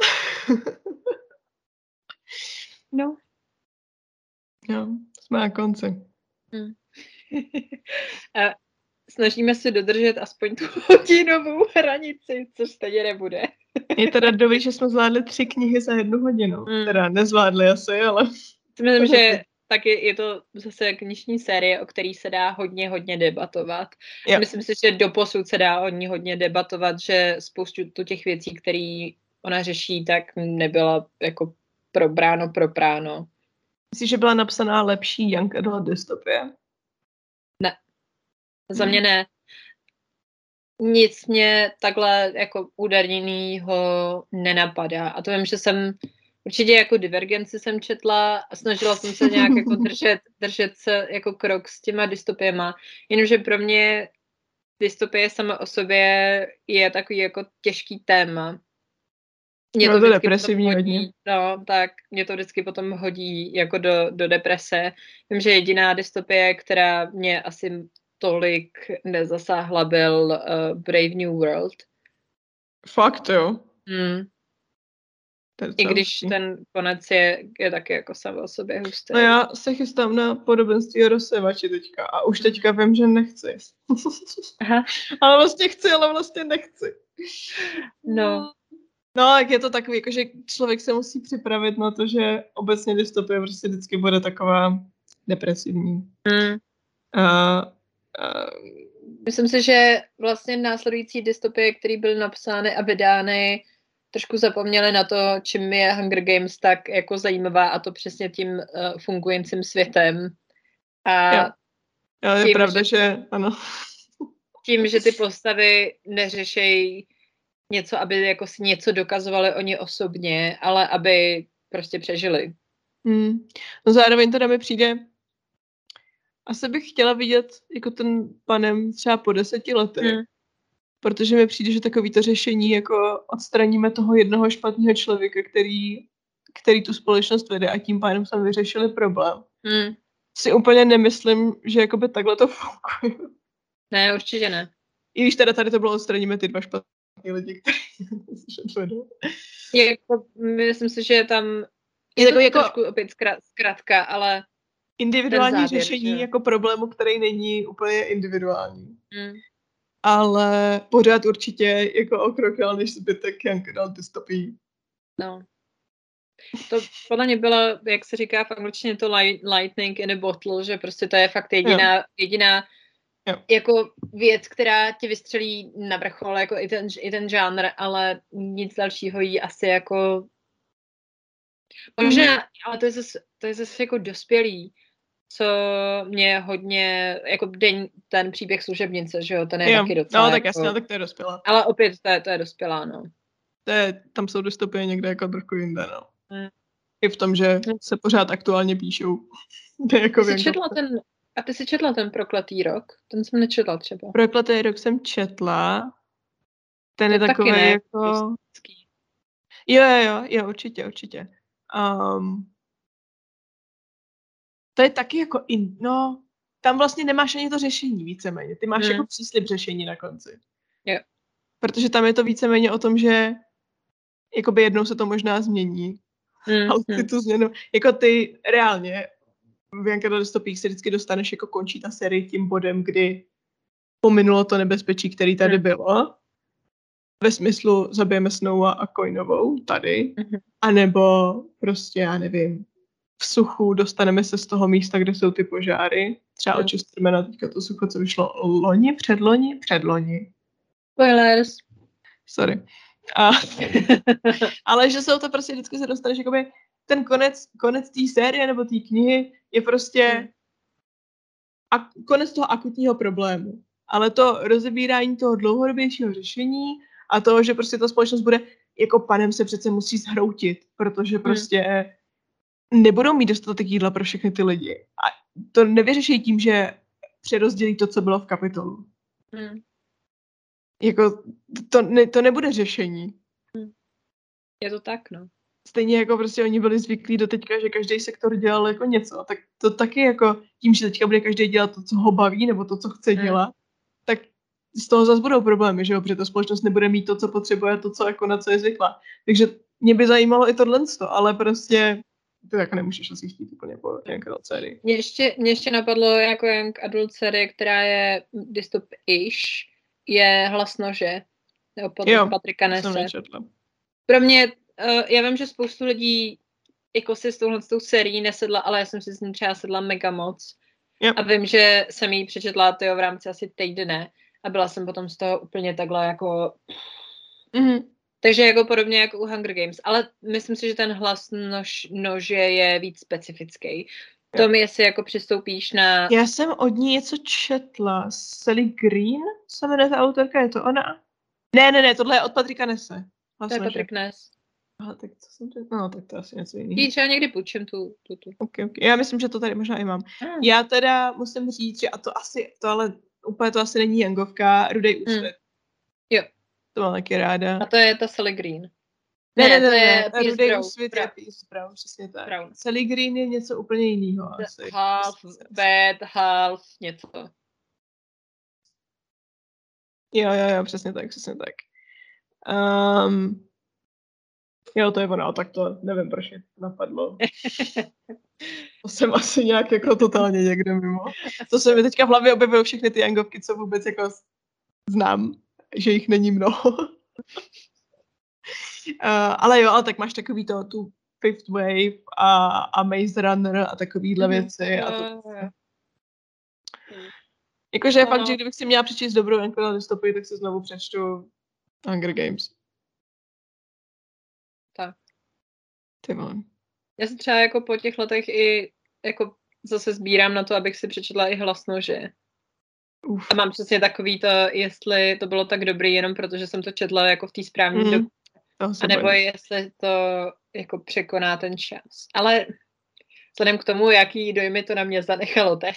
no. Jo, jsme na konci. Hmm. A snažíme se dodržet aspoň tu hodinovou hranici, což stejně nebude. Je teda dobrý, že jsme zvládli tři knihy za jednu hodinu. Hmm. Teda nezvládli asi, ale... Myslím, že taky je to zase knižní série, o který se dá hodně, hodně debatovat. Jo. Myslím si, že doposud se dá o ní hodně debatovat, že spoustu těch věcí, které ona řeší, tak nebyla jako probráno, propráno. Myslíš, že byla napsaná lepší young adult dystopie? Ne. Za mě ne. Nic mě takhle jako úderněnýho nenapadá. A to vím, že jsem určitě jako Divergenci jsem četla a snažila jsem se nějak jako držet, držet se jako krok s těma dystopiema. Jenomže pro mě dystopie sama o sobě je takový jako těžký téma. Mě to, to depresivní hodí, hodně. No, tak mě to vždycky potom hodí jako do, do deprese. Vím, že jediná dystopie, která mě asi tolik nezasáhla, byl uh, Brave New World. Fakt, jo? Hmm. I když hustý. Ten konec je, je taky jako sám o sobě hustý. No já se chystám na podobenství rozsevači teďka a už teďka vím, že nechci. Aha. Ale vlastně chci, ale vlastně nechci. No. No, tak je to takový, jako, že člověk se musí připravit na to, že obecně dystopie prostě vždycky bude taková depresivní. Hmm. Uh, uh, Myslím si, že vlastně následující dystopie, které byly napsány a vydány, trošku zapomněli na to, čím je Hunger Games tak jako zajímavá, a to přesně tím uh, fungujícím světem. A jo. Jo, je tím, pravda, že, že ano. Tím, že ty postavy neřešejí něco, aby jako si něco dokazovali oni osobně, ale aby prostě přežili. Hmm. No zároveň teda mi přijde, asi bych chtěla vidět jako ten Panem třeba po deseti letech. Hmm. Protože mi přijde, že takový to řešení, jako odstraníme toho jednoho špatného člověka, který, který tu společnost vede a tím pádem jsme vyřešili problém. Hmm. Si úplně nemyslím, že jakoby takhle to funguje. Ne, určitě ne. I když teda tady to bylo odstraníme ty dva špatný lidi, kteří se vedou. Jako, myslím si, že tam je, je to jako, trošku opět zkratka, ale individuální závěr, řešení že? Jako problému, který není úplně individuální. Hmm. Ale pořád určitě jako o krok dál než zbytek young adult dystopií. No. To podle mě bylo, jak se říká v angličtině, to light, lightning in a bottle, že prostě to je fakt jediná, jo. jediná jo. jako věc, která ti vystřelí na vrchol, jako i ten, i ten žánr, ale nic dalšího jí asi jako možná, mm. ale to je zase, to je zase jako dospělý, co mě hodně, jako den, ten příběh služebnice, že jo, ten je jo. taky docela. No tak jako, jasně, tak to je dospělá. Ale opět to je, to je dospělá, no. To je, tam jsou dystopie někde jako trochu jinde, no. Hmm. I v tom, že se pořád aktuálně píšou. jako ty jsi četla ten, a ty jsi četla ten Prokletý rok? Ten jsem nečetla třeba. Prokletý rok jsem četla. Ten to je takový ne, jako... Jo, jo, jo, jo, určitě, určitě. Um, to je taky jako, in, no, tam vlastně nemáš ani to řešení víceméně. Ty máš hmm. jako příslib řešení na konci. Jo. Protože tam je to víceméně o tom, že jakoby jednou se to možná změní. Hmm. Ale ty tu změnu, jako ty reálně v Young Adult dystopích se vždycky dostaneš, jako končí ta série tím bodem, kdy pominulo to nebezpečí, který tady hmm. bylo. Ve smyslu zabijeme Snowa a Coinovou tady. Hmm. A nebo prostě, já nevím, v suchu dostaneme se z toho místa, kde jsou ty požáry. Třeba hmm. od Chestermana teďka to sucho, co vyšlo loni, předloni, předloni. Spoilers. Sorry. A, ale že jsou to prostě vždycky se dostaneš, jakoby ten konec, konec té série nebo té knihy je prostě hmm. a konec toho akutního problému. ale to rozebírání toho dlouhodobějšího řešení a toho, že prostě ta společnost bude jako panem se přece musí zhroutit, protože prostě hmm. nebudou mít dostatek jídla pro všechny ty lidi. A to nevyřeší tím, že přerozdělí to, co bylo v Kapitolu. Hmm. Jako to, ne, to nebude řešení. Hmm. Je to tak, no. Stejně jako prostě oni byli zvyklí do teďka, že každý sektor dělal jako něco, tak to taky jako tím, že teďka bude každý dělat to, co ho baví, nebo to, co chce dělat, hmm. tak z toho zase budou problémy, že jo, protože ta společnost nebude mít to, co potřebuje, to, co jako na co je zvyklá. Takže mě by zajímalo i tohle, ale prostě to jako nemůžeš asi chtít úplně po Young Adult sérii. Mě ještě, mě ještě napadlo jako Young Adult série, která je dystop-ish, je Hlasnože, nebo pod jo, Patrika Nesse. Jsem nečetla. Pro mě, uh, já vím, že spoustu lidí jako si s touhle s tou sérií nesedla, ale já jsem si s ní třeba sedla mega moc. Yep. A vím, že jsem ji přečetla tyjo, v rámci asi týdne a byla jsem potom z toho úplně takhle jako... Mm-hmm. Takže jako podobně jako u Hunger Games, ale myslím si, že ten hlas nož, nože je víc specifický. To mi jestli jako přistoupíš na... Já jsem od ní něco četla. Sally Green se jmenuje ta autorka, je to ona? Ne, ne, ne, tohle je od Patrika Nesse. To je Patrik Ness. Aha, tak co jsem to... No, tak to je asi něco jiného. Jí třeba někdy půjčím tu, tu, tu. Okay, okay. Já myslím, že to tady možná i mám. Hmm. Já teda musím říct, že a to asi, to ale úplně to asi není Jangovka, Rudej úsvit. Hmm. Jo. To mám taky ráda. A to je ta Sally Green. Ne, ne, ne, ne, ne. Rudej úsvit je Pierce Brown, přesně tak. Brown. Sally Green je něco úplně jiného asi. Half bad, half něco. Jo, jo, jo, přesně tak, přesně tak. Um, jo, to je ono, tak to nevím, proč mě napadlo. To jsem asi nějak jako totálně někde mimo. To se mi teďka v hlavě objevily všechny ty Jangovky, co vůbec jako znám, že jich není mnoho. uh, ale jo, ale tak máš takový to, tu Fifth Wave a, a Maze Runner a takovýhle věci. A to... Jakože je fakt, že kdybych si měla přečíst dobrou Young Adult dystopii, tak se znovu přečtu Hunger Games. Tak. Ty vole. Já se třeba jako po těch letech i jako zase sbírám na to, abych si přečetla i Hlasnože. Uf. A mám přesně takový to, jestli to bylo tak dobrý jenom protože jsem to četla jako v té správné mm. době. A nebo jestli to jako překoná ten čas. Ale vzhledem k tomu, jaký dojmy to na mě zanechalo teď.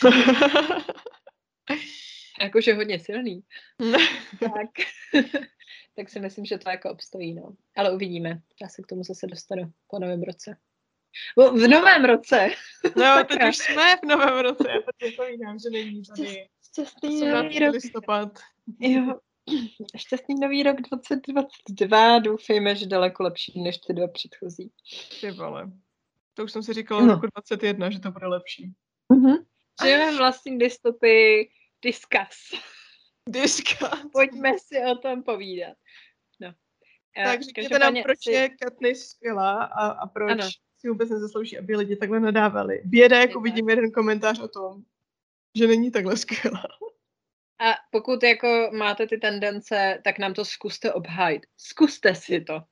Jakože hodně silný. tak, tak si myslím, že to jako obstojí, no. Ale uvidíme. Já se k tomu zase dostanu po novém roce. V novém roce. No, teď už jsme v novém roce. Já teď povídám, že není tady. Šťastný nový rok. Listopad. Jo. Šťastný nový rok dvacet dvacet dva. Doufejme, že daleko lepší než ty dva předchozí. Ty vole. To už jsem si říkala no. roku dvacet jedna, že to bude lepší. Mhm. Žijeme vlastní dystopii. Discuss. Discuss. Pojďme si o tom povídat. No. Tak řekněte nám, proč si... je Katniss skvělá a, a proč ano. si vůbec nezaslouží, aby lidi takhle nadávali. Běda, jak uvidím jeden komentář o tom, že není takhle skvělá. A pokud jako máte ty tendence, tak nám to zkuste obhájit. Zkuste si to.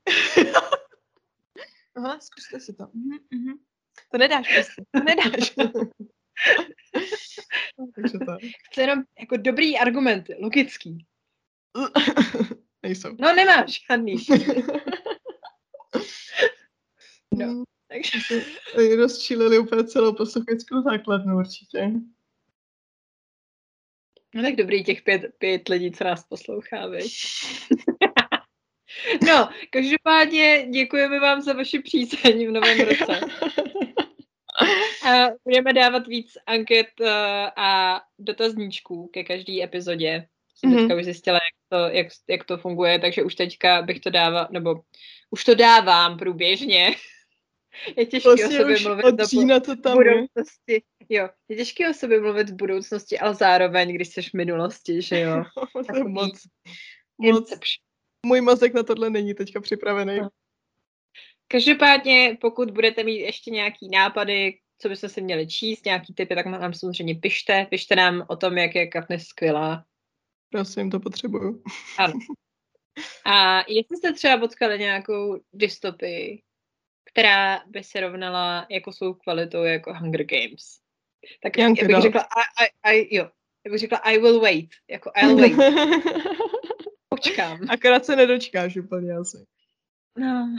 Aha, zkuste si to. Mhm, mhm. To nedáš prostě. To nedáš. Takže tak. Chci jenom jako dobrý argumenty, logický. Nejsou. No nemáš žádný. No, takže... Rozčílili úplně celou posluchačskou základnu určitě. No tak dobrý těch pět, pět lidí, co nás poslouchá, viď? No, každopádně děkujeme vám za vaši přízeň v novém roce. A budeme dávat víc anket uh, a dotazníčků ke každé epizodě. Jsem mm-hmm. teďka už zjistila, jak to, jak, jak to funguje, takže už teďka bych to dávala, nebo už to dávám průběžně. Je těžké vlastně o sobě mluvit do to budoucnosti. Jo, je těžké o sobě mluvit v budoucnosti, ale zároveň, když jsi v minulosti, že jo. To je moc, moc. Můj mozek na tohle není teďka připravený. No. Každopádně, pokud budete mít ještě nějaký nápady, co byste si měli číst, nějaký tipy, tak nám samozřejmě pište. Pište nám o tom, jak je Katniss skvělá. Prosím, to potřebuju. Ano. A jestli jste třeba potkali nějakou dystopii, která by se rovnala jako svou kvalitou jako Hunger Games, tak Young já bych Adult. řekla, a, a, a, jo, Já bych řekla I will wait. Jako I'll wait. Počkám. Akorát se nedočkáš úplně asi. No.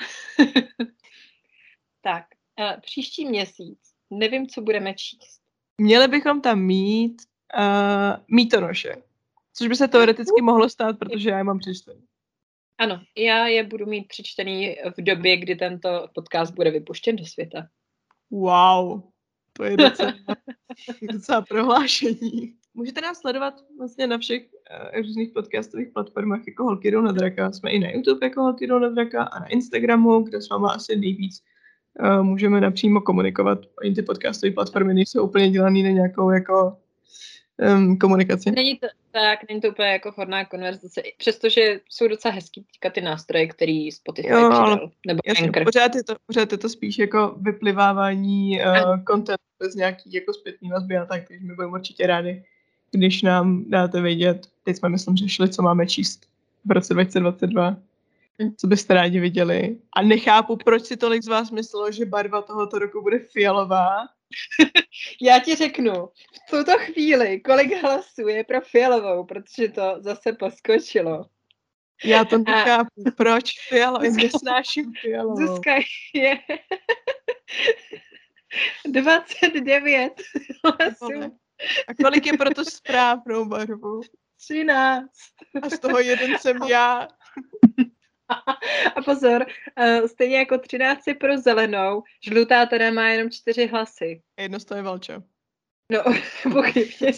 Tak, uh, příští měsíc. Nevím, co budeme číst. Měli bychom tam mít uh, mítonoše. Což by se teoreticky mohlo stát, protože já je mám přečtený. Ano, já je budu mít přečtený v době, kdy tento podcast bude vypuštěn do světa. Wow, to je docela, docela prohlášení. Můžete nás sledovat vlastně na všech uh, různých podcastových platformách jako Holky jdou na draka. Jsme i na YouTube jako Holky jdou na draka a na Instagramu, kde s váma asi nejvíc uh, můžeme napřímo komunikovat. Oni ty podcastové platformy nejsou úplně dělaný na nějakou jako um, komunikaci. Není to tak, není to úplně jako vhodná konverzace, přestože jsou docela hezký teďka ty nástroje, který Spotify jo, přidal, nebo jasně, Anchor. Pořád je, to, pořád je to spíš jako vyplivávání uh, content bez nějaký jako zpětný vazby a tak, takže my budeme určitě rádi, když nám dáte vědět. Teď jsme myslím řešili, co máme číst v roce dva tisíce dvacet dva, hm. co byste rádi viděli. A nechápu, proč si tolik z vás myslelo, že barva tohoto roku bude fialová. Já ti řeknu, v tuto chvíli, kolik hlasů je pro fialovou, protože to zase poskočilo. Já to nechápu, a... proč fialovou, já nesnáším fialovou. Zuzka je dvacet devět hlasů. A kolik je pro to správnou barvu? třináct. A z toho jeden jsem já. A pozor, stejně jako třináct je pro zelenou, žlutá teda má jenom čtyři hlasy. Jedno z toho je Valča. No, pochybně.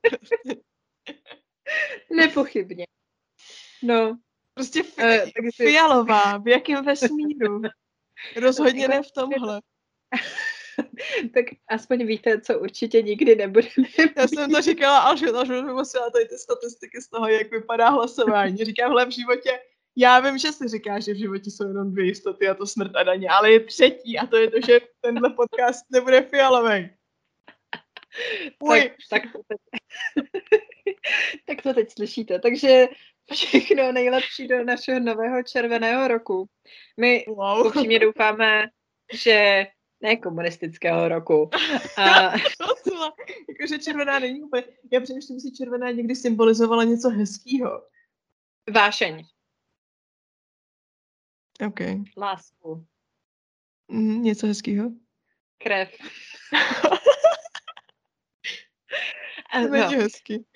Nepochybně. No. Prostě fi- uh, takže... fialová, v jakém vesmíru? Rozhodně ne v tomhle. Tak aspoň víte, co určitě nikdy nebude. Já jsem to říkala, až jsem musela tady ty statistiky z toho, jak vypadá hlasování. Říkám, hle v životě, já vím, že si říkáš, že v životě jsou jenom dvě jistoty a to smrt a daně, ale je třetí a to je to, že tenhle podcast nebude fialový. Tak, tak, to teď, tak to teď slyšíte. Takže všechno nejlepší do našeho nového červeného roku. My wow. upřímně doufáme, že ne komunistického roku. A... Jakože červená není úplně... Já přemýšlím si, červená někdy symbolizovala něco hezkýho. Vášeň. OK. Lásku. Mm, něco hezkýho? Krev. To není hezký.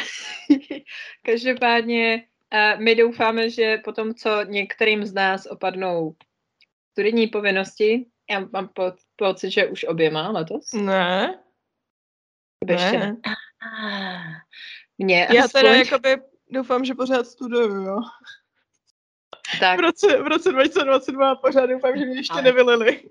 Každopádně uh, my doufáme, že potom, co některým z nás opadnou studijní povinnosti, já mám po, pocit, že už oběma letos. Ne. Ještě ne. Mně já aspoň... teda jakoby doufám, že pořád studuju, jo. Tak. V roce, v roce dva tisíce dvacet dva pořád doufám, že mě ještě Ale... nevylili.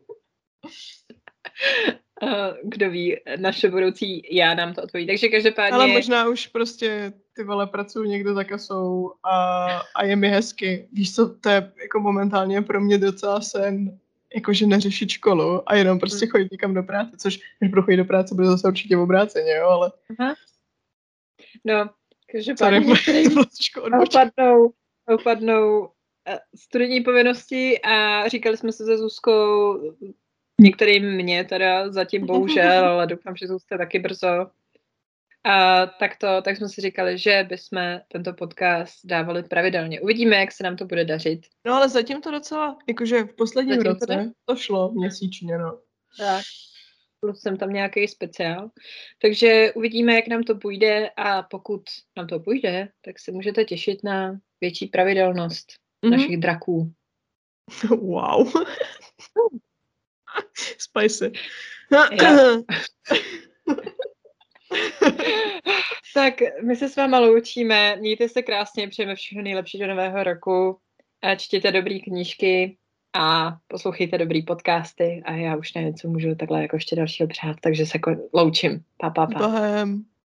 Kdo ví, naše budoucí já nám to odpoví. Takže každopádně... Ale možná už prostě ty vole pracují někdo za kasou a, a je mi hezky. Víš co, to je jako momentálně pro mě docela sen, jakože neřešit školu a jenom prostě chodit někam do práce, což když budu chodit do práce, bude zase určitě obráceně, jo, ale... Aha. No, každopádně Sorry, opadnou, opadnou studijní povinnosti a říkali jsme se se Zuzkou, některým mě teda zatím bohužel, ale doufám, že Zuzce taky brzo. A tak, to, tak jsme si říkali, že bychom tento podcast dávali pravidelně. Uvidíme, jak se nám to bude dařit. No ale zatím to docela, jakože v posledním zatím roce to, to šlo měsíčně, no. Tak, plus jsem tam nějaký speciál. Takže uvidíme, jak nám to půjde a pokud nám to půjde, tak se můžete těšit na větší pravidelnost mm-hmm. našich draků. Wow. Spicy. Tak my se s váma loučíme, mějte se krásně, přejeme všechno nejlepší do nového roku, čtěte dobrý knížky a poslouchejte dobrý podcasty a já už nevím, co můžu takhle jako ještě dalšího přát, takže se loučím. Pa, pa, pa. Bohem.